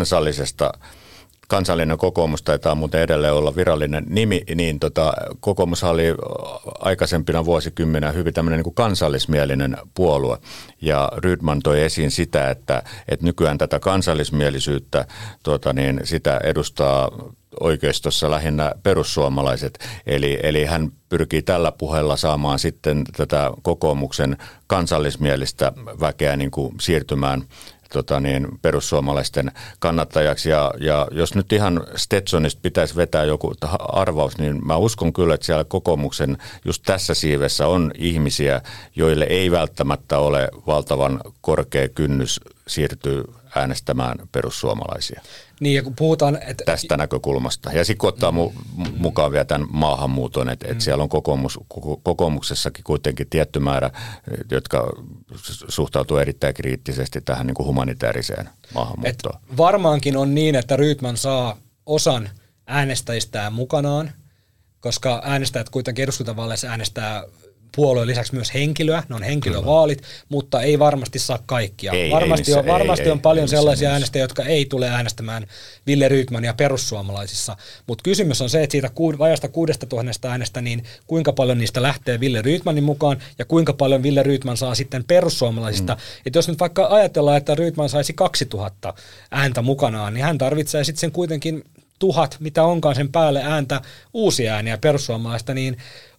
kansallinen kokoomus taitaa muuten edelleen olla virallinen nimi, niin kokoomus oli aikaisempina vuosikymmenä hyvin tämmöinen niin kuin kansallismielinen puolue. Ja Rydman toi esiin sitä, että nykyään tätä kansallismielisyyttä sitä edustaa oikeistossa lähinnä perussuomalaiset. Eli hän pyrkii tällä puheella saamaan sitten tätä kokoomuksen kansallismielistä väkeä niin kuin siirtymään perussuomalaisten kannattajaksi. Ja jos nyt ihan Stetsonista pitäisi vetää joku arvaus, niin mä uskon kyllä, että siellä kokoomuksen just tässä siivessä on ihmisiä, joille ei välttämättä ole valtavan korkea kynnys siirtyy äänestämään perussuomalaisia. Niin, ja kun puhutaan, tästä näkökulmasta. Ja sitten kun ottaa mukaan vielä tämän maahanmuuton, että siellä on kokoomuksessakin kuitenkin tietty määrä, jotka suhtautuu erittäin kriittisesti tähän niin kuin humanitaariseen maahanmuuttoon. Varmaankin on niin, että Rydman saa osan äänestäjistään mukanaan, koska äänestäjät kuitenkin eduskuntavaaleissa äänestää puolueen lisäksi myös henkilöä, ne on henkilövaalit, mutta ei varmasti saa kaikkia. Varmasti on paljon sellaisia äänestäjiä, jotka ei tule äänestämään Wille Rydmania perussuomalaisissa, mutta kysymys on se, että siitä vajasta 6 000 äänestä, niin kuinka paljon niistä lähtee Wille Rydmanin mukaan ja kuinka paljon Wille Rydman saa sitten perussuomalaisista. Että jos nyt vaikka ajatellaan, että Rydman saisi 2000 ääntä mukanaan, niin hän tarvitsee sitten sen kuitenkin 1000, mitä onkaan sen päälle ääntä uusia ääniä perussuomalaista, niin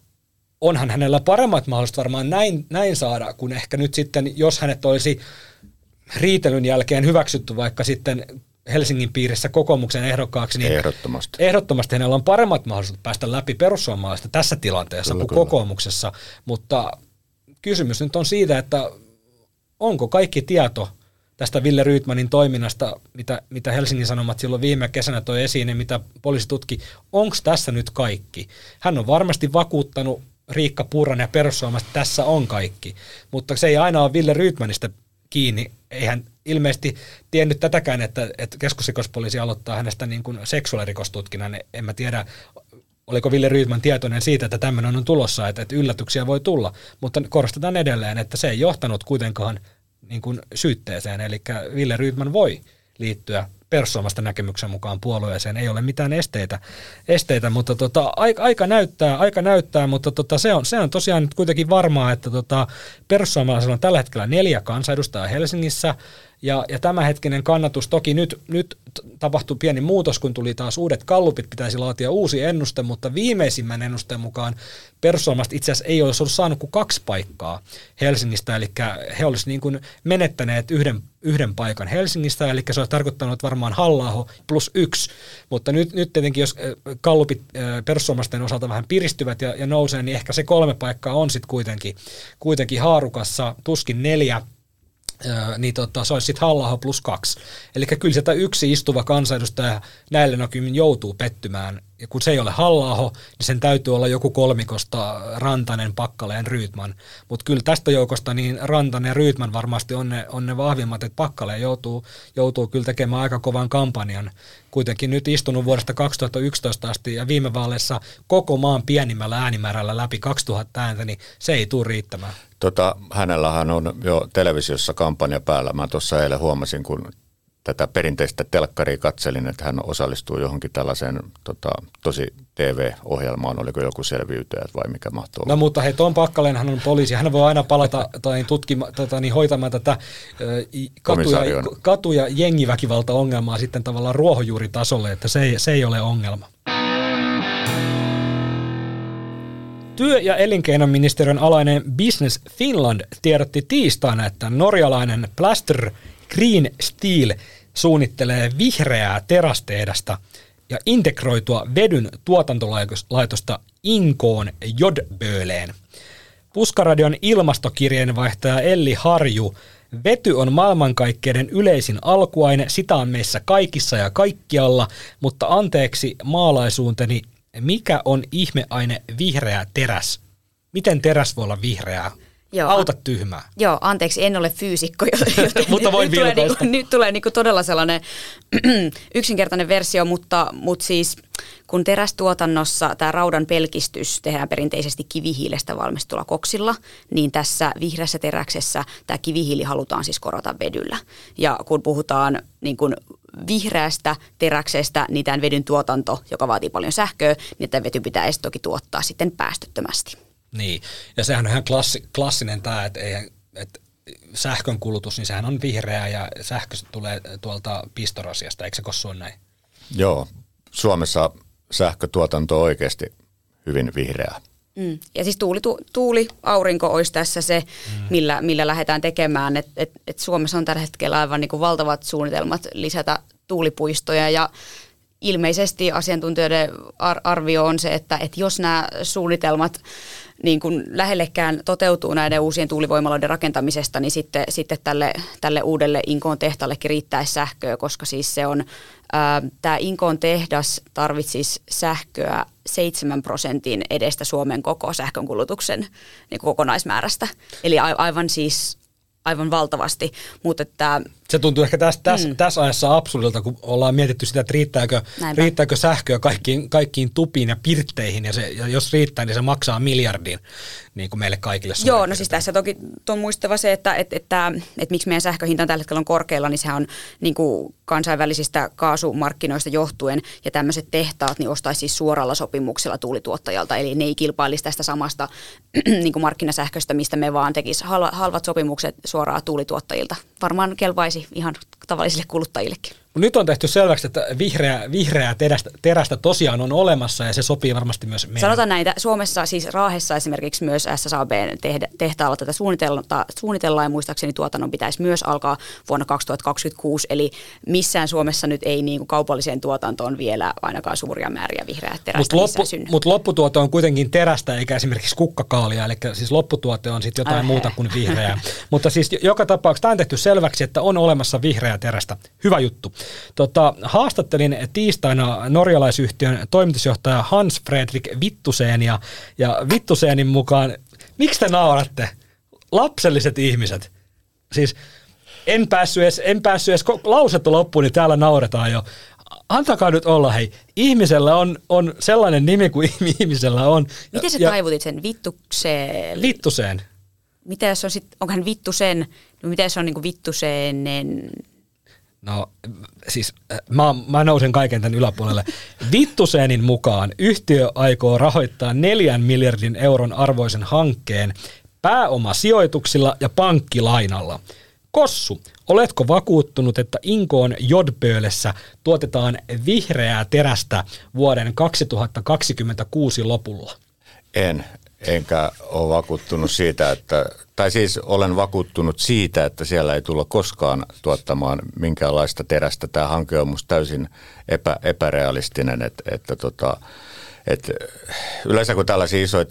onhan hänellä paremmat mahdollisuudet varmaan näin saada, kun ehkä nyt sitten, jos hänet olisi riitelyn jälkeen hyväksytty vaikka sitten Helsingin piirissä kokoomuksen ehdokkaaksi, niin ehdottomasti hänellä on paremmat mahdollisuudet päästä läpi perussuomalaista tässä tilanteessa kuin kokoomuksessa, mutta kysymys nyt on siitä, että onko kaikki tieto tästä Wille Rydmanin toiminnasta, mitä Helsingin Sanomat silloin viime kesänä toi esiin ja mitä poliisi tutki, onko tässä nyt kaikki? Hän on varmasti vakuuttanut Riikka Purran ja perussuomalaiset, tässä on kaikki, mutta se ei aina ole Wille Rydmanista kiinni. Eihän ilmeisesti tiennyt tätäkään, että keskusrikospoliisi aloittaa hänestä niin kuin seksuaalirikostutkinnan. En mä tiedä, oliko Wille Rydman tietoinen siitä, että tämmöinen on tulossa, että yllätyksiä voi tulla, mutta korostetaan edelleen, että se ei johtanut kuitenkaan niin kuin syytteeseen, eli Wille Rydman voi liittyä perussuomalaisten näkemyksen mukaan puolueeseen, ei ole mitään esteitä, mutta aika näyttää, mutta se on tosiaan nyt kuitenkin varmaa, että perussuomalaisilla on tällä hetkellä 4 kansanedustajaa Helsingissä, ja tämänhetkinen kannatus, toki nyt tapahtui pieni muutos, kun tuli taas uudet gallupit, pitäisi laatia uusi ennuste, mutta viimeisimmän ennusteen mukaan perussuomalaiset itse asiassa ei olisi ollut saanut kuin 2 paikkaa Helsingistä, eli he olisivat niin kuin menettäneet yhden paikan Helsingistä, eli se olisi tarkoittanut varmaan Halla-aho +1, mutta nyt tietenkin, jos gallupit perussuomalaisten osalta vähän piristyvät ja nousee, niin ehkä se 3 paikkaa on sitten kuitenkin haarukassa, tuskin 4, niin se olisi sitten Halla-aho +2. Eli kyllä sieltä yksi istuva kansanedustaja näillä näkymin joutuu pettymään. Ja kun se ei ole Halla-aho, niin sen täytyy olla joku kolmikosta Rantanen, Packalén, Rydman. Mutta kyllä tästä joukosta niin Rantanen ja Rydman varmasti on ne vahvimmat, että Packalén joutuu kyllä tekemään aika kovan kampanjan. Kuitenkin nyt istunut vuodesta 2011 asti ja viime vaaleissa koko maan pienimmällä äänimäärällä läpi 2000 ääntä, niin se ei tule riittämään. Hänellähän on jo televisiossa kampanja päällä. Mä tuossa eilen huomasin, kun tätä perinteistä telkkaria katselin, että hän osallistuu johonkin tällaiseen tosi TV-ohjelmaan, oliko joku selviytyjät vai mikä mahtuu olla. No mutta hei, Tom Packalén, hän on poliisi, hän voi aina palata hoitamaan tätä katu- ja jengiväkivalta-ongelmaa sitten tavallaan ruohonjuuritasolle, että se ei ole ongelma. Työ- ja elinkeinoministeriön alainen Business Finland tiedotti tiistaina, että norjalainen Plaster Green Steel suunnittelee vihreää terästehdasta ja integroitua vedyn tuotantolaitosta Inkoon Jodböleen. Puskaradion ilmastokirjeenvaihtaja Elli Harju: vety on maailmankaikkeuden yleisin alkuaine, sitä on meissä kaikissa ja kaikkialla, mutta anteeksi maalaisuuteni, mikä on ihmeaine vihreä teräs? Miten teräs voi olla vihreää? Joo, auta tyhmää. Joo, anteeksi, en ole fyysikko, joten mutta voin nyt tulee todella sellainen yksinkertainen versio, mutta siis kun terästuotannossa tämä raudan pelkistys tehdään perinteisesti kivihiilestä valmistulla koksilla, niin tässä vihreässä teräksessä tämä kivihiili halutaan siis korvata vedyllä. Ja kun puhutaan niin kuin vihreästä teräksestä, niin tämän vedyn tuotanto, joka vaatii paljon sähköä, niin tämä vety pitäisi toki tuottaa sitten päästöttömästi. Niin, ja sehän on ihan klassinen tämä, että sähkön kulutus, niin sehän on vihreää ja sähkö tulee tuolta pistorasiasta, eikö se Kossu ole näin? Joo, Suomessa sähkötuotanto on oikeasti hyvin vihreää. Ja siis tuuli, aurinko olisi tässä se, millä lähdetään tekemään. Et Suomessa on tällä hetkellä aivan niin kuin valtavat suunnitelmat lisätä tuulipuistoja ja ilmeisesti asiantuntijoiden arvio on se, että jos nämä suunnitelmat niin kuin lähellekään toteutuu näiden uusien tuulivoimaloiden rakentamisesta, niin sitten tälle uudelle Inkoon tehtaallekin riittäisi sähköä, koska siis se on, tämä Inkoon tehdas tarvitsisi sähköä 7% edestä Suomen koko sähkönkulutuksen niin kuin kokonaismäärästä. Eli aivan valtavasti, mutta että se tuntuu ehkä tässä ajassa absurdilta, kun ollaan mietitty sitä, että riittääkö sähköä kaikkiin tupiin ja pirtteihin, ja jos riittää, niin se maksaa miljardin niin kuin meille kaikille. Joo, no siis tässä toki on muistava se, että miksi meidän sähköhinta tällä hetkellä on korkealla, niin sehän on niin kuin kansainvälisistä kaasumarkkinoista johtuen, ja tämmöiset tehtaat niin ostaisi siis suoralla sopimuksella tuulituottajalta, eli ne ei kilpailisi tästä samasta niin kuin markkinasähköstä, mistä me vaan tekisi halvat sopimukset suoraan tuulituottajilta. Varmaan kelpaisi ihan tavallisille kuluttajillekin. Nyt on tehty selväksi, että vihreää terästä tosiaan on olemassa ja se sopii varmasti myös meidän. Sanotaan näitä. Suomessa siis Raahessa esimerkiksi myös SSAB:n tehtaalla tätä suunnitellaan ja muistaakseni tuotannon pitäisi myös alkaa vuonna 2026. Eli missään Suomessa nyt ei niin kuin kaupalliseen tuotantoon vielä ainakaan suuria määriä vihreää terästä synny. Mutta lopputuote on kuitenkin terästä eikä esimerkiksi kukkakaalia, eli siis lopputuote on sitten jotain muuta kuin vihreää. Mutta siis joka tapauksessa tämä on tehty selväksi, että on olemassa vihreää terästä. Hyvä juttu. Haastattelin tiistaina norjalaisyhtiön toimitusjohtaja Hans Fredrik Vittusenia ja Vittusenin mukaan, miksi te nauratte? Lapselliset ihmiset. Siis en päässyt edes lausetta loppuun, niin täällä nauretaan jo. Antakaa nyt olla, hei. Ihmisellä on sellainen nimi kuin ihmisellä on. Miten sä taivutit sen Vittukseen? Vittuseen. Mitä jos on onko hän Vittusen, no mitä jos on niin kuin Vittusenen? No siis mä nousen kaiken tämän yläpuolelle. Vittusenin mukaan yhtiö aikoo rahoittaa 4 miljardin euron arvoisen hankkeen pääomasijoituksilla ja pankkilainalla. Kossu, oletko vakuuttunut, että Inkoon Jodbölessä tuotetaan vihreää terästä vuoden 2026 lopulla? Enkä ole vakuuttunut siitä, olen vakuuttunut siitä, että siellä ei tulla koskaan tuottamaan minkäänlaista terästä. Tämä hanke on musta täysin epärealistinen, että yleensä kun tällaisia isoja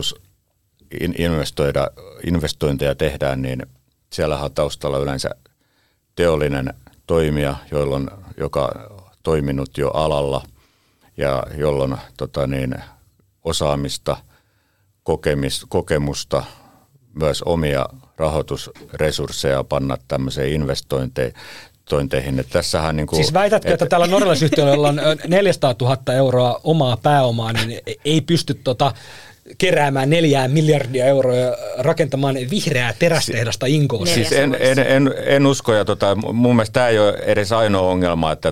teollisuusinvestointeja tehdään, niin siellähän on taustalla yleensä teollinen toimija, joka on toiminut jo alalla ja jolloin osaamista, kokemusta, myös omia rahoitusresursseja panna tämmöiseen investointeihin. Tässähän siis väitätkö, että tällä norjalaisyhtiöllä, jolla on 400 000 euroa omaa pääomaa, niin ei pysty keräämään 4 miljardia euroa rakentamaan vihreää terästehdasta Inkoon? Siis en usko, ja mun mielestä tämä ei ole edes ainoa ongelma, että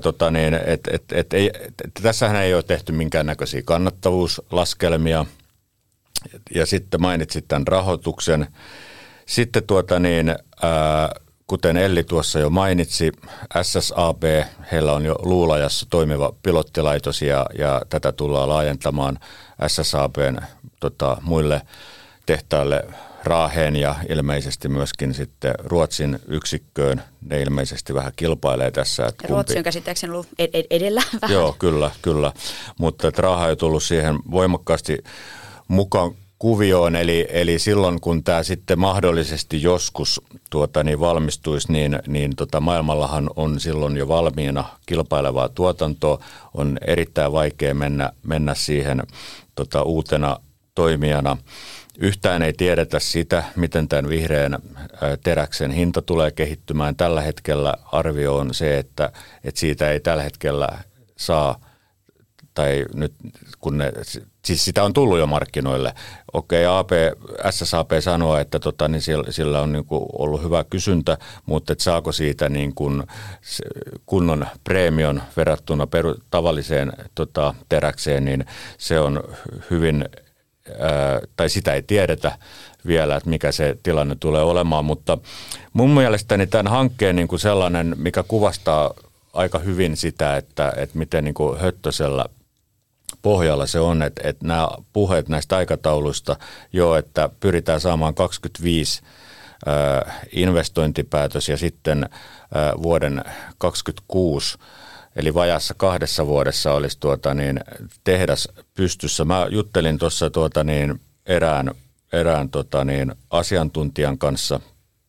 tässähän ei ole tehty minkäännäköisiä kannattavuuslaskelmia. Ja sitten mainitsit tämän rahoituksen. Sitten kuten Elli tuossa jo mainitsi, SSAB, heillä on jo Luulajassa toimiva pilottilaitos ja tätä tullaan laajentamaan SSABn muille tehtaille Raaheen ja ilmeisesti myöskin sitten Ruotsin yksikköön. Ne ilmeisesti vähän kilpailee tässä. Ruotsi on käsittääkseni ollut edellä vähän. Joo, kyllä. Mutta Raahe on tullut siihen voimakkaasti mukaan kuvioon, eli silloin kun tämä sitten mahdollisesti joskus valmistuisi, niin maailmallahan on silloin jo valmiina kilpailevaa tuotantoa. On erittäin vaikea mennä siihen uutena toimijana. Yhtään ei tiedetä sitä, miten tämän vihreän teräksen hinta tulee kehittymään. Tällä hetkellä arvio on se, että siitä ei tällä hetkellä saa, tai nyt kun siis sitä on tullut jo markkinoille. Okei, SSAB sanoo, että niin sillä on niin kuin ollut hyvä kysyntä, mutta saako siitä niin kuin kunnon preemion verrattuna tavalliseen teräkseen, niin se on hyvin, tai sitä ei tiedetä vielä, että mikä se tilanne tulee olemaan, mutta mun mielestäni tämän hankkeen niin kuin sellainen, mikä kuvastaa aika hyvin sitä, että miten niin kuin höttöisellä pohjalla se on, että nämä puheet näistä aikatauluista että pyritään saamaan 25 investointipäätös ja sitten vuoden 2026, eli vajaassa 2 vuodessa olisi tehdas pystyssä. Mä juttelin tuossa erään asiantuntijan kanssa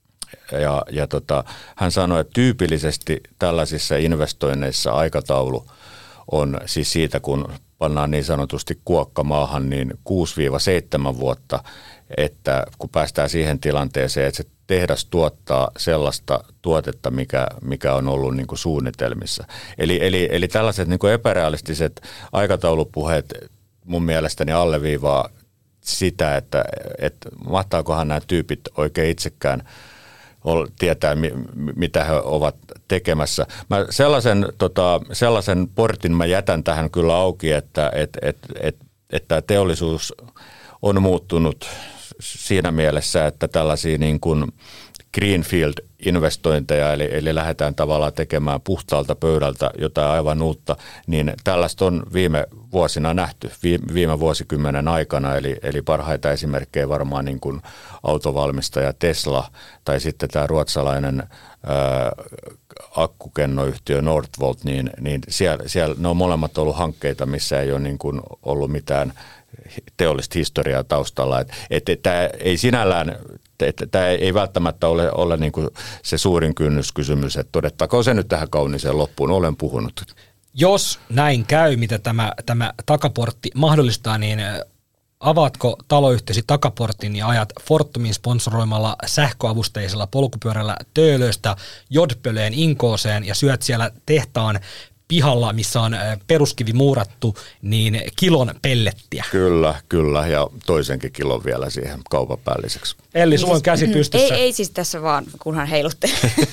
ja hän sanoi, että tyypillisesti tällaisissa investoinneissa aikataulu on siis siitä, kun pannaan niin sanotusti kuokka maahan, niin 6-7 vuotta, että kun päästään siihen tilanteeseen, että se tehdas tuottaa sellaista tuotetta, mikä on ollut niin kuin suunnitelmissa. Eli tällaiset niin kuin epärealistiset aikataulupuheet mun mielestäni alleviivaa sitä, että mahtaakohan nämä tyypit oikein itsekään tietää, mitä he ovat tekemässä. Mä sellaisen portin mä jätän tähän kyllä auki, että teollisuus on muuttunut siinä mielessä, että tällaisia niin kuin greenfield-investointeja, eli lähdetään tavallaan tekemään puhtaalta pöydältä jotain aivan uutta, niin tällaista on viime vuosina nähty, viime vuosikymmenen aikana, eli parhaita esimerkkejä varmaan niin kuin autovalmistaja Tesla tai sitten tämä ruotsalainen akkukennoyhtiö Northvolt, niin siellä ne on molemmat ollut hankkeita, missä ei ole niin kuin ollut mitään teollista historiaa taustalla. Tämä ei sinällään, tämä ei välttämättä ole niin kuin se suurin kynnyskysymys, että todettakoon se nyt tähän kauniiseen loppuun, olen puhunut. Jos näin käy, mitä tämä takaportti mahdollistaa, niin avaatko taloyhtiösi takaportin ja ajat Fortumin sponsoroimalla sähköavusteisella polkupyörällä Töölöstä Jodpöleen Inkooseen ja syöt siellä tehtaan pihalla, missä on peruskivi muurattu, niin kilon pellettiä. Kyllä, ja toisenkin kilon vielä siihen kaupapäälliseksi. Elli, sulla on käsi pystyssä. Ei siis tässä vaan, kunhan heilutte.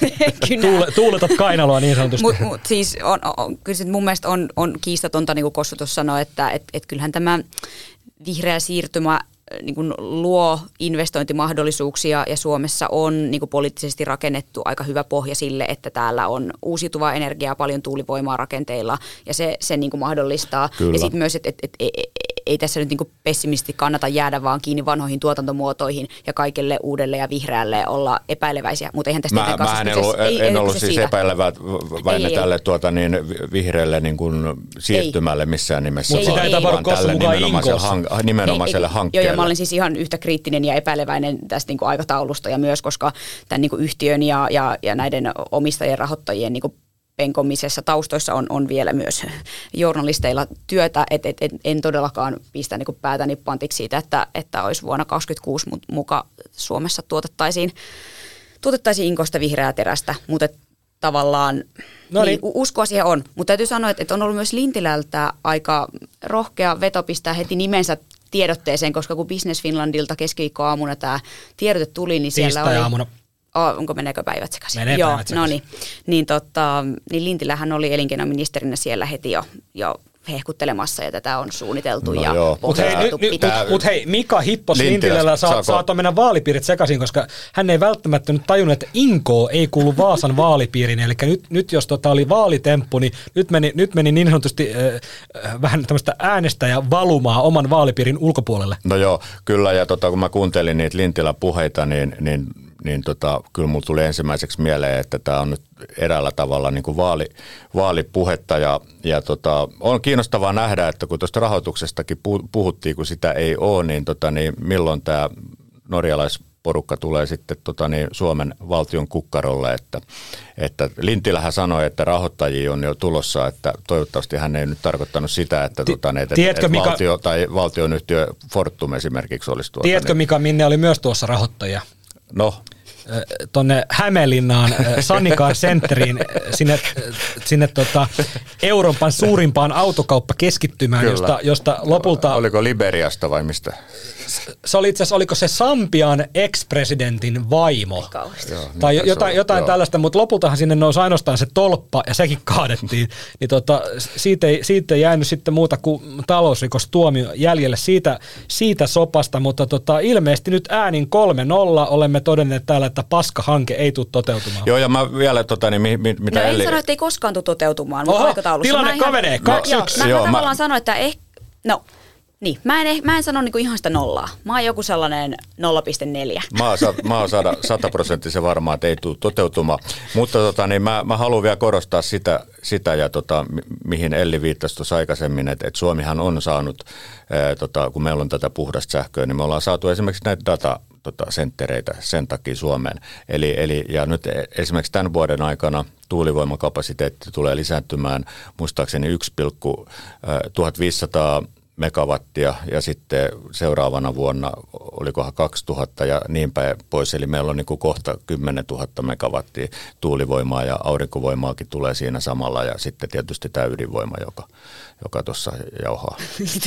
Tuuletat kainaloa niin sanotusti. Siis kyllä mun mielestä on kiistatonta, niin kuin Kossu tuossa sanoi, että kyllähän tämä vihreä siirtymä niin kuin luo investointimahdollisuuksia ja Suomessa on niin kuin poliittisesti rakennettu aika hyvä pohja sille, että täällä on uusiutuvaa energiaa, paljon tuulivoimaa rakenteilla ja se niin kuin mahdollistaa. Kyllä. Ja sitten myös, että ei tässä nyt niin kuin pessimisesti kannata jäädä vaan kiinni vanhoihin tuotantomuotoihin ja kaikelle uudelle ja vihreälle olla epäileväisiä, mutta eihän tästä en ollut siis epäileväinen tälle vihreälle niin kuin siirtymälle missään nimessä. Mutta sitä ei tapahdu koska mukaan nimenomaiselle hankkeelle. Joo, ja mä olin siis ihan yhtä kriittinen ja epäileväinen tästä niin kuin aikataulusta ja myös, koska tämän niin kuin yhtiön ja näiden omistajien rahoittajien niin kuin penkomisessa taustoissa on vielä myös journalisteilla työtä, että en todellakaan pistä niin kuin päätäni pantiksi siitä, että olisi vuonna 2026 muka Suomessa tuotettaisiin Inkosta vihreää terästä, mutta tavallaan niin, uskoa siihen on. Mutta täytyy sanoa, että on ollut myös Lintilältä aika rohkea veto pistää heti nimensä tiedotteeseen, koska kun Business Finlandilta keskiviikkoaamuna tämä tiedote tuli, niin siellä oli... meneekö päivät sekaisin? Menee Joo, päivät sekaisin. Niin Lintilähän oli elinkeinoministerinä siellä heti jo hehkuttelemassa ja tätä on suunniteltu ja pohjattu. Mutta hei, Mika Hippos Lintilällä saattaa mennä vaalipiirit sekaisin, koska hän ei välttämättä nyt tajunnut, että Inkoo ei kuulu Vaasan vaalipiiriin, eli nyt jos oli vaalitemppu, niin nyt meni niin sanotusti vähän tämmöistä äänestäjävalumaa oman vaalipiirin ulkopuolelle. No joo, kyllä, ja kun mä kuuntelin niitä Lintilän puheita, niin kyllä mulla tuli ensimmäiseksi mieleen, että tämä on nyt eräällä tavalla niin kuin vaalipuhetta ja on kiinnostavaa nähdä, että kun tuosta rahoituksestakin puhuttiin, kun sitä ei ole, niin milloin tämä norjalaisporukka tulee sitten Suomen valtion kukkarolle, että Lintilähän sanoi, että rahoittajia on jo tulossa, että toivottavasti hän ei nyt tarkoittanut sitä, että valtio tai valtionyhtiö Fortum esimerkiksi olisi Tiedätkö, Mika, minne oli myös tuossa rahoittajia? No. Tuonne Hämeenlinnaan Sannikar Centeriin sinne Euroopan suurimpaan autokauppakeskittymään, josta lopulta... Oliko Liberiasta vai mistä? Se oli itse asiassa, oliko se Sambian ex-presidentin vaimo? Tai jotain tällaista, mutta lopultahan sinne nousi ainoastaan se tolppa ja sekin kaadettiin. Niin siitä ei jäänyt sitten muuta kuin talousrikostuomio jäljelle siitä sopasta, mutta ilmeisesti nyt äänin 3-0 olemme todenneet täällä, että paskahanke ei tule toteutumaan. Joo, ja mä vielä mitä Elli... En sano, että ei koskaan tule toteutumaan, mutta aikataulussa. Tilanne kavenee, 2-1. Mä tavallaan sanoin, että No, niin. Mä en sano niinku ihan sitä nollaa. Mä oon joku sellainen 0,4. Mä oon 100% varma, että ei tule toteutumaan. Mutta niin mä haluan vielä korostaa sitä ja mihin Elli viittasi tuossa aikaisemmin, että Suomihan on saanut, kun meillä on tätä puhdasta sähköä, niin me ollaan saatu esimerkiksi näitä datasenttereitä sen takia Suomeen. Ja nyt esimerkiksi tämän vuoden aikana tuulivoimakapasiteetti tulee lisääntymään muistaakseni 1,1500 megawattia ja sitten seuraavana vuonna olikohan 2000 ja niin päin pois. Eli meillä on niin kuin kohta 10 000 megawattia tuulivoimaa ja aurinkovoimaakin tulee siinä samalla ja sitten tietysti tämä ydinvoima, joka tuossa jauhaa.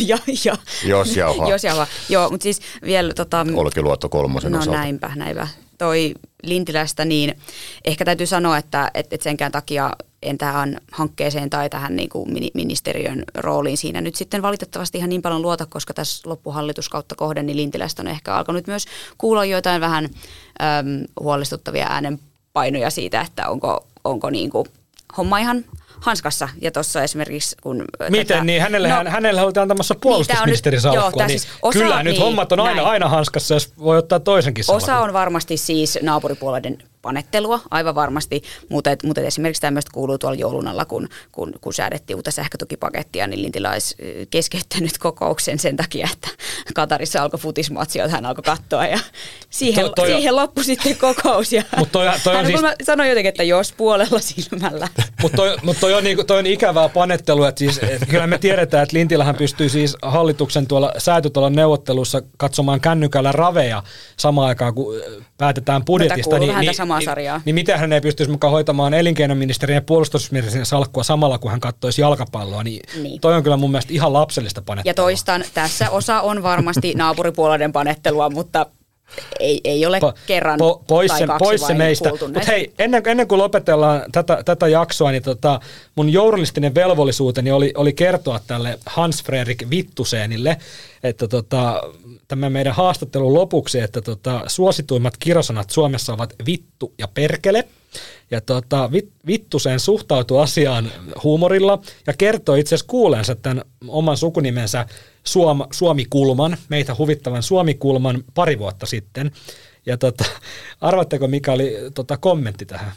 Jos jauhaa. Jos jauhaa. Joo, mutta siis vielä Olkiluoto 3 no, osalta. näinpä. Toi Lintilästä, niin ehkä täytyy sanoa, että senkään takia en tähän hankkeeseen tai tähän niin kuin ministeriön rooliin siinä nyt sitten valitettavasti ihan niin paljon luota, koska tässä loppuhallituskautta kohden niin Lintilästä on ehkä alkanut myös kuulla joitain vähän huolestuttavia äänenpainoja siitä, että onko niin kuin homma ihan hanskassa. Ja tuossa esimerkiksi kun... Miten niin? Hänelle oltiin antamassa puolustusministerin salkkua, niin siis kyllä nyt hommat on aina hanskassa, jos voi ottaa toisenkin salkun. Osa on varmasti siis naapuripuolueiden panettelua, aivan varmasti, mutta esimerkiksi tämmöistä kuuluu tuolla joulun alla, kun säädettiin uutta sähkötukipakettia, niin Lintilä olisi keskeyttänyt kokouksen sen takia, että Katarissa alkoi futismatsi, jota hän alkoi katsoa ja siihen loppui sitten kokous. Ja hän siis sanoi jotenkin, että jos puolella silmällä. Mutta toi on ikävää panettelua, että siis, kyllä me tiedetään, että Lintilähän pystyy siis hallituksen tuolla Säätytalon neuvottelussa katsomaan kännykällä raveja samaan aikaan, kun päätetään budjetista. Niin miten hän ei pystyisi mukaan hoitamaan elinkeinoministerin ja puolustusministerin salkkua samalla, kun hän katsoisi jalkapalloa, niin toi on kyllä mun mielestä ihan lapsellista panettelua. Ja toistan, tässä osa on varmasti naapuripuolueiden panettelua, mutta ei ole kerran tai kaksi se meistä. Mutta hei, ennen kuin lopetellaan tätä jaksoa, niin mun journalistinen velvollisuuteni oli kertoa tälle Hans Fredrik Vittusenille, että tämän meidän haastattelun lopuksi, että suosituimmat kirjosanat Suomessa ovat vittu ja perkele. Ja Vittusen suhtautui asiaan huumorilla ja kertoi itse asiassa kuuleensa tämän oman sukunimensä Suomi-kulman, meitä huvittavan Suomi-kulman pari vuotta sitten. Ja arvatteko, mikä oli kommentti tähän?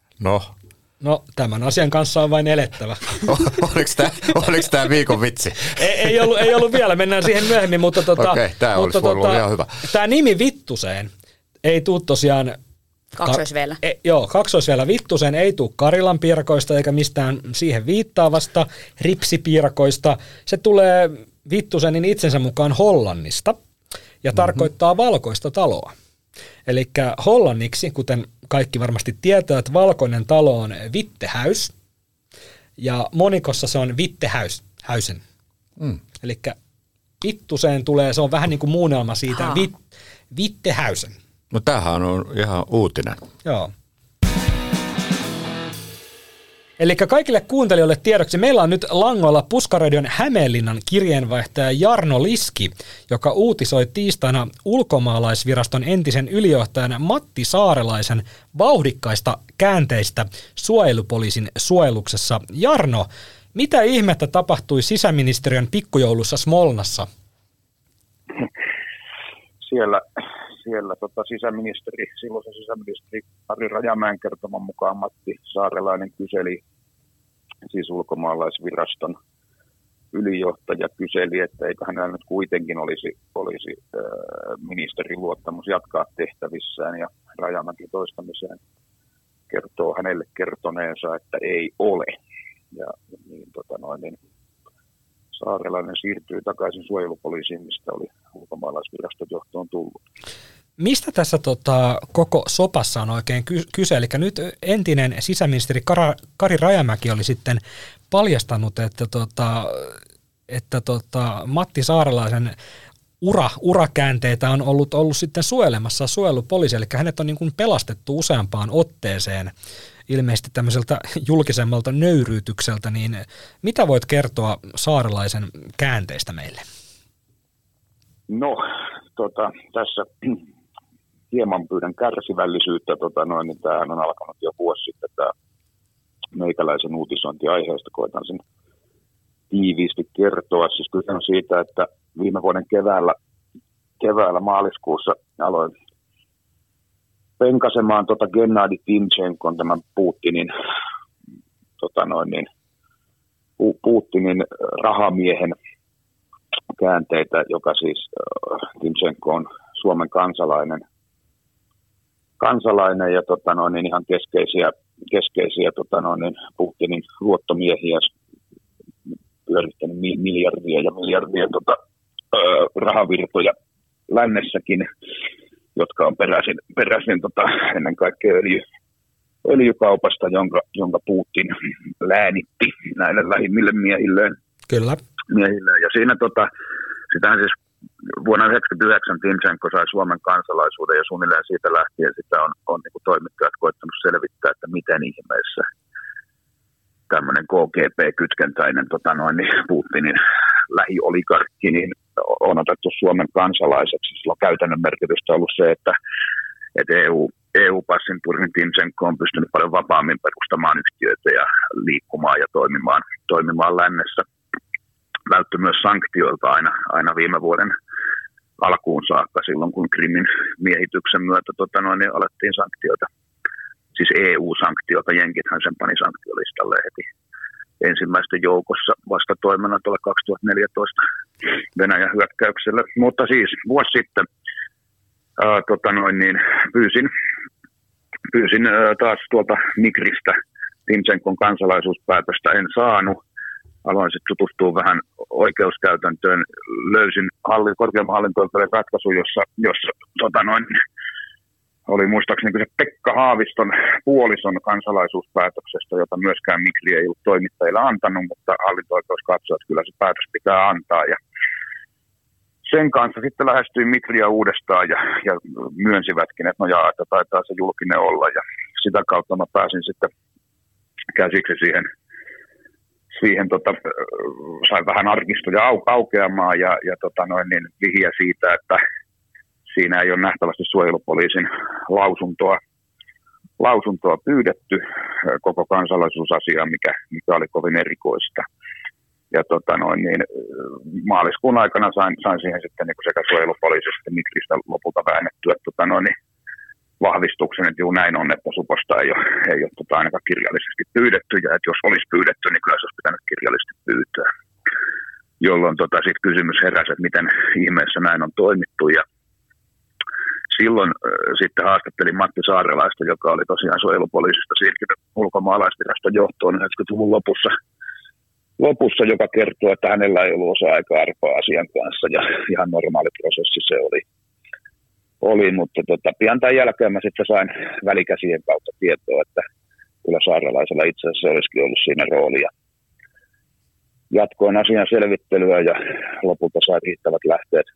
No, tämän asian kanssa on vain elettävä. Oliko tämä viikon vitsi? Ei ollut vielä, mennään siihen myöhemmin, mutta Okei, tämä olisi ollut ihan hyvä. Tämä nimi Vittuseen ei tule tosiaan... Kaksoisveellä. Kaksoisveellä Vittuseen ei tule Karilan piirakoista eikä mistään siihen viittaavasta ripsipiirakoista. Se tulee Vittusenin itsensä mukaan Hollannista ja tarkoittaa valkoista taloa. Eli hollanniksi, kuten kaikki varmasti tietää, että valkoinen talo on Vittehäys ja monikossa se on Vittehäysen. Eli Vittuseen tulee, se on vähän niin kuin muunnelma siitä Vittehäysen. No tämähän on ihan uutinen. Joo. Eli kaikille kuuntelijoille tiedoksi, meillä on nyt langoilla Puskaradion Hämeenlinnan kirjeenvaihtaja Jarno Liski, joka uutisoi tiistaina ulkomaalaisviraston entisen ylijohtajan Matti Saarelaisen vauhdikkaista käänteistä suojelupoliisin suojeluksessa. Jarno, mitä ihmettä tapahtui sisäministeriön pikkujoulussa Smolnassa? Siellä silloisen sisäministeri Ari Rajamäen kertoman mukaan Matti Saarelainen kyseli, siis ulkomaalaisviraston ylijohtaja kyseli, että eikö hänellä nyt kuitenkin olisi ministerin luottamus jatkaa tehtävissään, ja Rajamäki toistamiseen kertoo hänelle kertoneensa, että ei ole. Ja niin Saarelainen siirtyi takaisin suojelupoliisiin, mistä oli ulkomaalaisviraston johtoon tullut. Mistä tässä koko sopassa on oikein kyse? Eli nyt entinen sisäministeri Kari Rajamäki oli sitten paljastanut, että Matti Saarelaisen urakäänteitä on ollut sitten suojelemassa suojelupoliisi, eli hänet on niin kuin pelastettu useampaan otteeseen ilmeisesti tämmöiseltä julkisemmalta nöyryytykseltä, niin mitä voit kertoa Saarelaisen käänteistä meille? No, tässä hieman pyydän kärsivällisyyttä, niin tämähän on alkanut jo vuosi sitten tämä meikäläisen uutisointi aiheesta, koetan sen tiiviisti kertoa. Siis kyse on siitä, että viime vuoden keväällä maaliskuussa aloin penkasemaan Gennadi Timchenkon, tämän Putinin rahamiehen käänteitä, joka siis Timchenko on Suomen kansalainen ja ihan keskeisiä Putinin luottomiehiä, pyörittänyt miljardien rahavirtoja lännessäkin, jotka on peräisin ennen kaikkea öljykaupasta, jonka Putin läänitti näille lähimmille miehilleen. Kyllä. Ja siinä sitähän siis vuonna 1999 Timchenko sai Suomen kansalaisuuden ja suunnilleen siitä lähtien sitä on niin kuin toimittajat koettanut selvittää, että miten ihmeessä tämmöinen KGB-kytkentäinen Putinin lähioligarkki niin on otettu Suomen kansalaiseksi. Sillä on käytännön merkitystä ollut se, että EU-passin turvin Timchenko on pystynyt paljon vapaammin perustamaan yhtiöitä ja liikkumaan ja toimimaan lännessä. Välttyi myös sanktioilta aina viime vuoden alkuun saakka, silloin kun Krimin miehityksen myötä alettiin sanktioita. Siis EU-sanktioita, jenkithän sen pani sanktiolistalle heti ensimmäisten joukossa vasta toimena tuolla 2014 Venäjän hyökkäyksellä. Mutta siis vuosi sitten pyysin taas tuolta Migristä Timchenkon kansalaisuuspäätöstä, en saanut. Aloin sitten tutustua vähän oikeuskäytäntöön. Löysin korkeamman hallinto-oikeuden ratkaisun, jossa oli muistaakseni se Pekka Haaviston puolison kansalaisuuspäätöksestä, jota myöskään Migri ei ollut toimittajille antanut, mutta hallinto-oikeus katsoi, että kyllä se päätös pitää antaa. Ja sen kanssa sitten lähestyin Migriä uudestaan ja myönsivätkin, että että taitaa se julkinen olla. Ja sitä kautta mä pääsin sitten käsiksi siihen sain vähän arkistoja aukeamaan ja vihiä siitä, että siinä ei ole nähtävästi suojelupoliisin lausuntoa pyydetty koko kansalaisuusasiaa, mikä oli kovin erikoista. Ja maaliskuun aikana sain siihen sitten niin sekä suojelupoliisista että Migristä lopulta väännettyä vahvistuksen, että juu näin on, että suposta ei ole ainakaan kirjallisesti pyydetty, ja että jos olisi pyydetty, niin kyllä se olisi pitänyt kirjallisesti pyytää. Jolloin sitten kysymys heräsi, että miten ihmeessä näin on toimittu, ja silloin sitten haastattelin Matti Saarelaista, joka oli tosiaan suojelupoliisista siirtynyt ulkomaalaisviraston johtoon 90-luvun lopussa, joka kertoo, että hänellä ei ollut osa-aikaa arpaa asian kanssa, ja ihan normaali prosessi se oli, mutta pian tämän jälkeen mä sitten sain välikäsien kautta tietoa, että kyllä Saarelaisella itse asiassa olisikin ollut siinä rooli. Ja jatkoin asian selvittelyä ja lopulta sai riittävät lähteet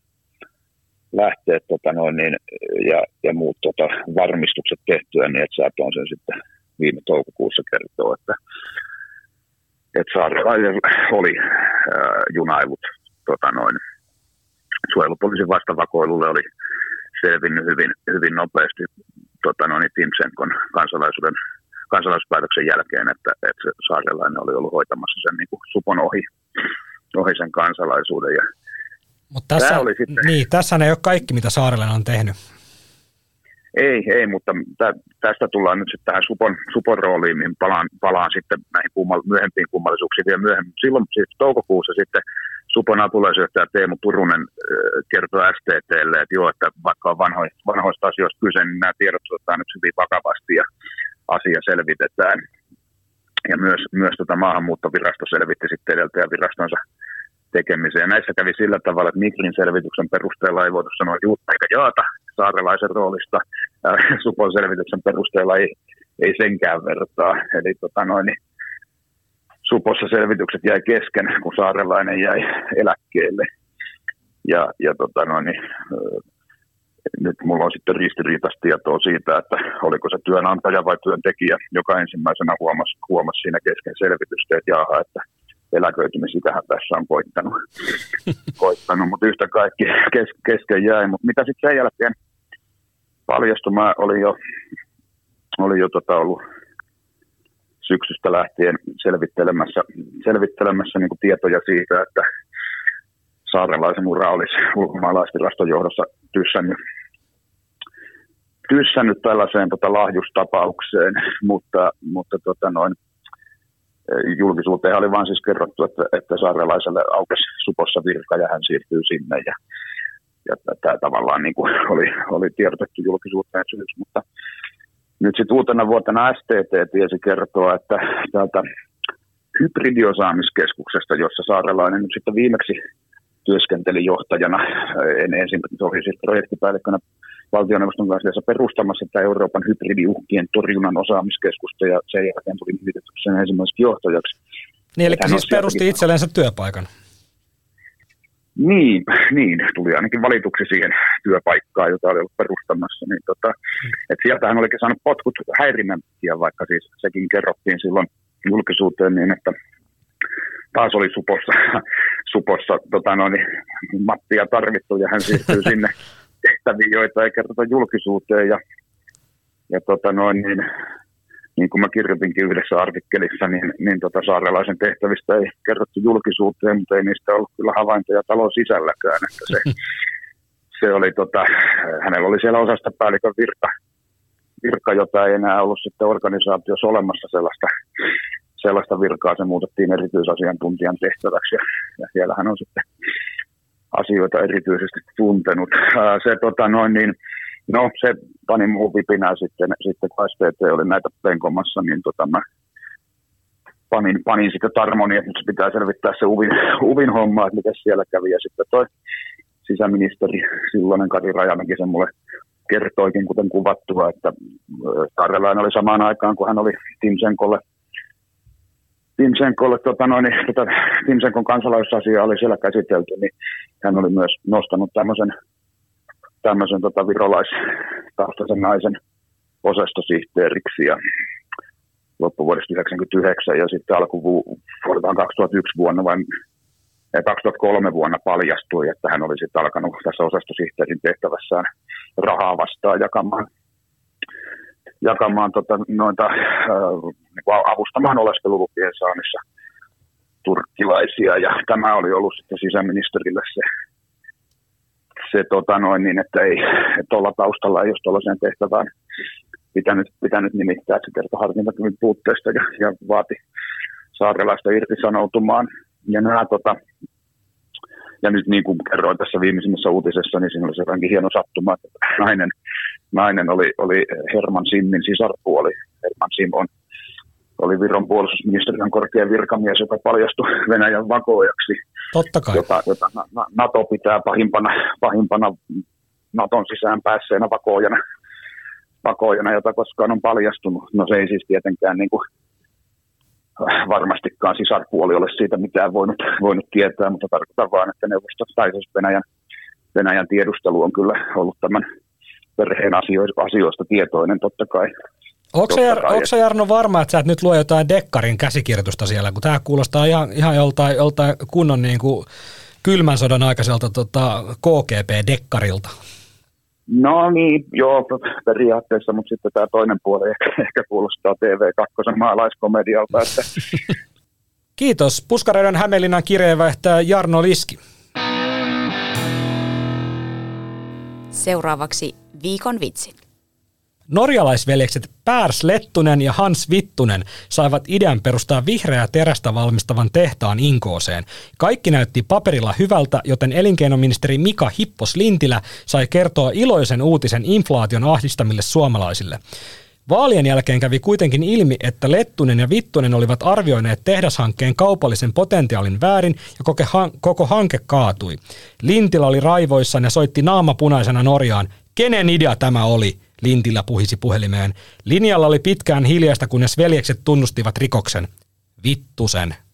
ja muut varmistukset tehtyä, niin että saatoin sen sitten viime toukokuussa kertoa, että Saarelainen oli junailut suojelupoliisin vastavakoilulle, oli selvinnyt hyvin nopeasti Timchenkon kansalaisuuspäätöksen jälkeen, että se Saarelainen oli ollut hoitamassa sen niin kuin supon ohi sen kansalaisuuden. Mutta tässä ei ole kaikki, mitä Saarelainen on tehnyt. Ei, mutta tästä tullaan nyt sitten tähän supon rooliin, mihin palaan sitten näihin myöhempiin kummallisuuksiin vielä myöhemmin. Silloin siis toukokuussa sitten Supon apulaisjohtaja Teemu Turunen kertoi STT:lle, että joo, että vaikka on vanhoista asioista kyse, niin nämä tiedot otetaan nyt hyvin vakavasti ja asia selvitetään. Ja myös maahanmuuttovirasto selvitti sitten edeltäjävirastonsa tekemiseen. Ja näissä kävi sillä tavalla, että Migrin selvityksen perusteella ei voitu sanoa juutta eikä jaata Saarelaisen roolista. Supon selvityksen perusteella ei senkään vertaa. Eli Supossa selvitykset jäi kesken, kun Saarelainen jäi eläkkeelle. Nyt mulla on sitten ristiriitaista tietoa siitä, että oliko se työnantaja vai työntekijä, joka ensimmäisenä huomasi siinä kesken selvitystä, että jaha, että eläköitymisikähän tässä on koittanut, mutta yhtä kaikki kesken jäi. Mutta mitä sitten sen jälkeen paljastui, mä olin jo ollut syksystä lähtien selvittelemässä niin kuin tietoja siitä, että Saarelaisen ura olisi ulkomaalaisviraston johdossa tyssännyt tällaiseen lahjustapaukseen, mutta julkisuuteen oli vaan siis kerrottu, että Saarelaiselle aukesi Supossa virka ja hän siirtyy sinne ja tämä tavallaan niin kuin oli tiedotettu julkisuuteen syyksi, mutta nyt sitten uutena vuotena STT tiesi kertoa, että täältä hybridiosaamiskeskuksesta, jossa Saarelainen nyt sitten viimeksi työskenteli johtajana, ensin oli siis projektipäällikkönä valtioneuvoston kanssa perustamassa tätä Euroopan hybridiuhkien torjunnan osaamiskeskusta ja sen jälkeen tuli nimitetty sen ensimmäiseksi johtajaksi. Niin, eli siis perusti itsellensä työpaikan. Niin, tuli ainakin valituksi siihen työpaikkaan, jota oli ollut perustamassa. Niin että sieltä hän olikin saanut potkut häirinnän takia, vaikka siis sekin kerrottiin silloin julkisuuteen niin, että taas oli Supossa Mattia tarvittu ja hän siirtyy sinne tehtäviin, joita ei kerrota julkisuuteen. Ja niin kuin mä kirjoitinkin yhdessä artikkelissa, niin Saarelaisen tehtävistä ei kerrottu julkisuuteen, mutta ei niistä ollut kyllä havaintoja talon sisälläkään. Että se oli, hänellä oli siellä osastopäällikön virka, jota ei enää ollut sitten organisaatiossa olemassa sellaista virkaa. Se muutettiin erityisasiantuntijan tehtäväksi ja siellä hän on sitten asioita erityisesti tuntenut. Se pani muu vipinää sitten kun STT oli näitä penkomassa, niin mä panin sitten Tarmoni, että nyt se pitää selvittää se uvin homma, että miten siellä kävi. Ja sitten toi sisäministeri silloinen Kari Rajamäki sen mulle kertoikin, kuten kuvattua, että Saarelainen oli samaan aikaan, kun hän oli Timsenkolle Timsenkon kansalaisasiaa oli siellä käsitelty, niin hän oli myös nostanut tämmöisen virolaistaustaisen naisen osastosihteeriksi ja loppuvuodesta 1999 ja sitten alkuvuodeltaan 2001 vuonna vai 2003 vuonna paljastui, että hän oli sitten alkanut tässä osastosihteerin tehtävässään rahaa vastaan jakamaan avustamaan oleskelulupien saannissa turkkilaisia ja tämä oli ollut sitten sisäministerille että ei tuolla taustalla ei ole tuollaiseen tehtävään pitänyt nimittää, että se kertoi harkintakyvyn puutteesta ja vaati Saarelaista irtisanoutumaan. Ja nyt niin kuin kerroin tässä viimeisimmässä uutisessa, niin siinä oli sellainen hieno sattuma, että nainen oli Herman Simmin sisarpuoli. Herman Sim oli Viron puolustusministeriön korkea virkamies, joka paljastui Venäjän vakoojaksi. Totta kai. Jota NATO pitää pahimpana Naton sisään päässeenä vakoojana, jota koskaan on paljastunut. No se ei siis tietenkään niin kuin varmastikaan sisarpuoli ole siitä mitään voinut tietää, mutta tarkoitan vaan, että Venäjän tiedustelu on kyllä ollut tämän perheen asioista tietoinen totta kai. Onko sä Jarno varma, että sä et nyt luo jotain Dekkarin käsikirjoitusta siellä, kun tämä kuulostaa ihan joltain kunnon niin kuin kylmän sodan aikaiselta KGB-Dekkarilta? No niin, joo, periaatteessa, mutta sitten tämä toinen puoli ehkä kuulostaa TV2 maalaiskomedialta. Että. Kiitos. Puskareiden Hämeenlinnan kirjeenvaihtaja Jarno Liski. Seuraavaksi viikon vitsit. Norjalaisveljekset Pärs Lettunen ja Hans Vittunen saivat idean perustaa vihreää terästä valmistavan tehtaan Inkooseen. Kaikki näytti paperilla hyvältä, joten elinkeinoministeri Mika Hippos-Lintilä sai kertoa iloisen uutisen inflaation ahdistamille suomalaisille. Vaalien jälkeen kävi kuitenkin ilmi, että Lettunen ja Vittunen olivat arvioineet tehdashankkeen kaupallisen potentiaalin väärin ja koko hanke kaatui. Lintilä oli raivoissaan ja soitti naamapunaisena Norjaan. Kenen idea tämä oli? Lintilä puhisi puhelimeen. Linjalla oli pitkään hiljaista, kunnes veljekset tunnustivat rikoksen. Vittusen.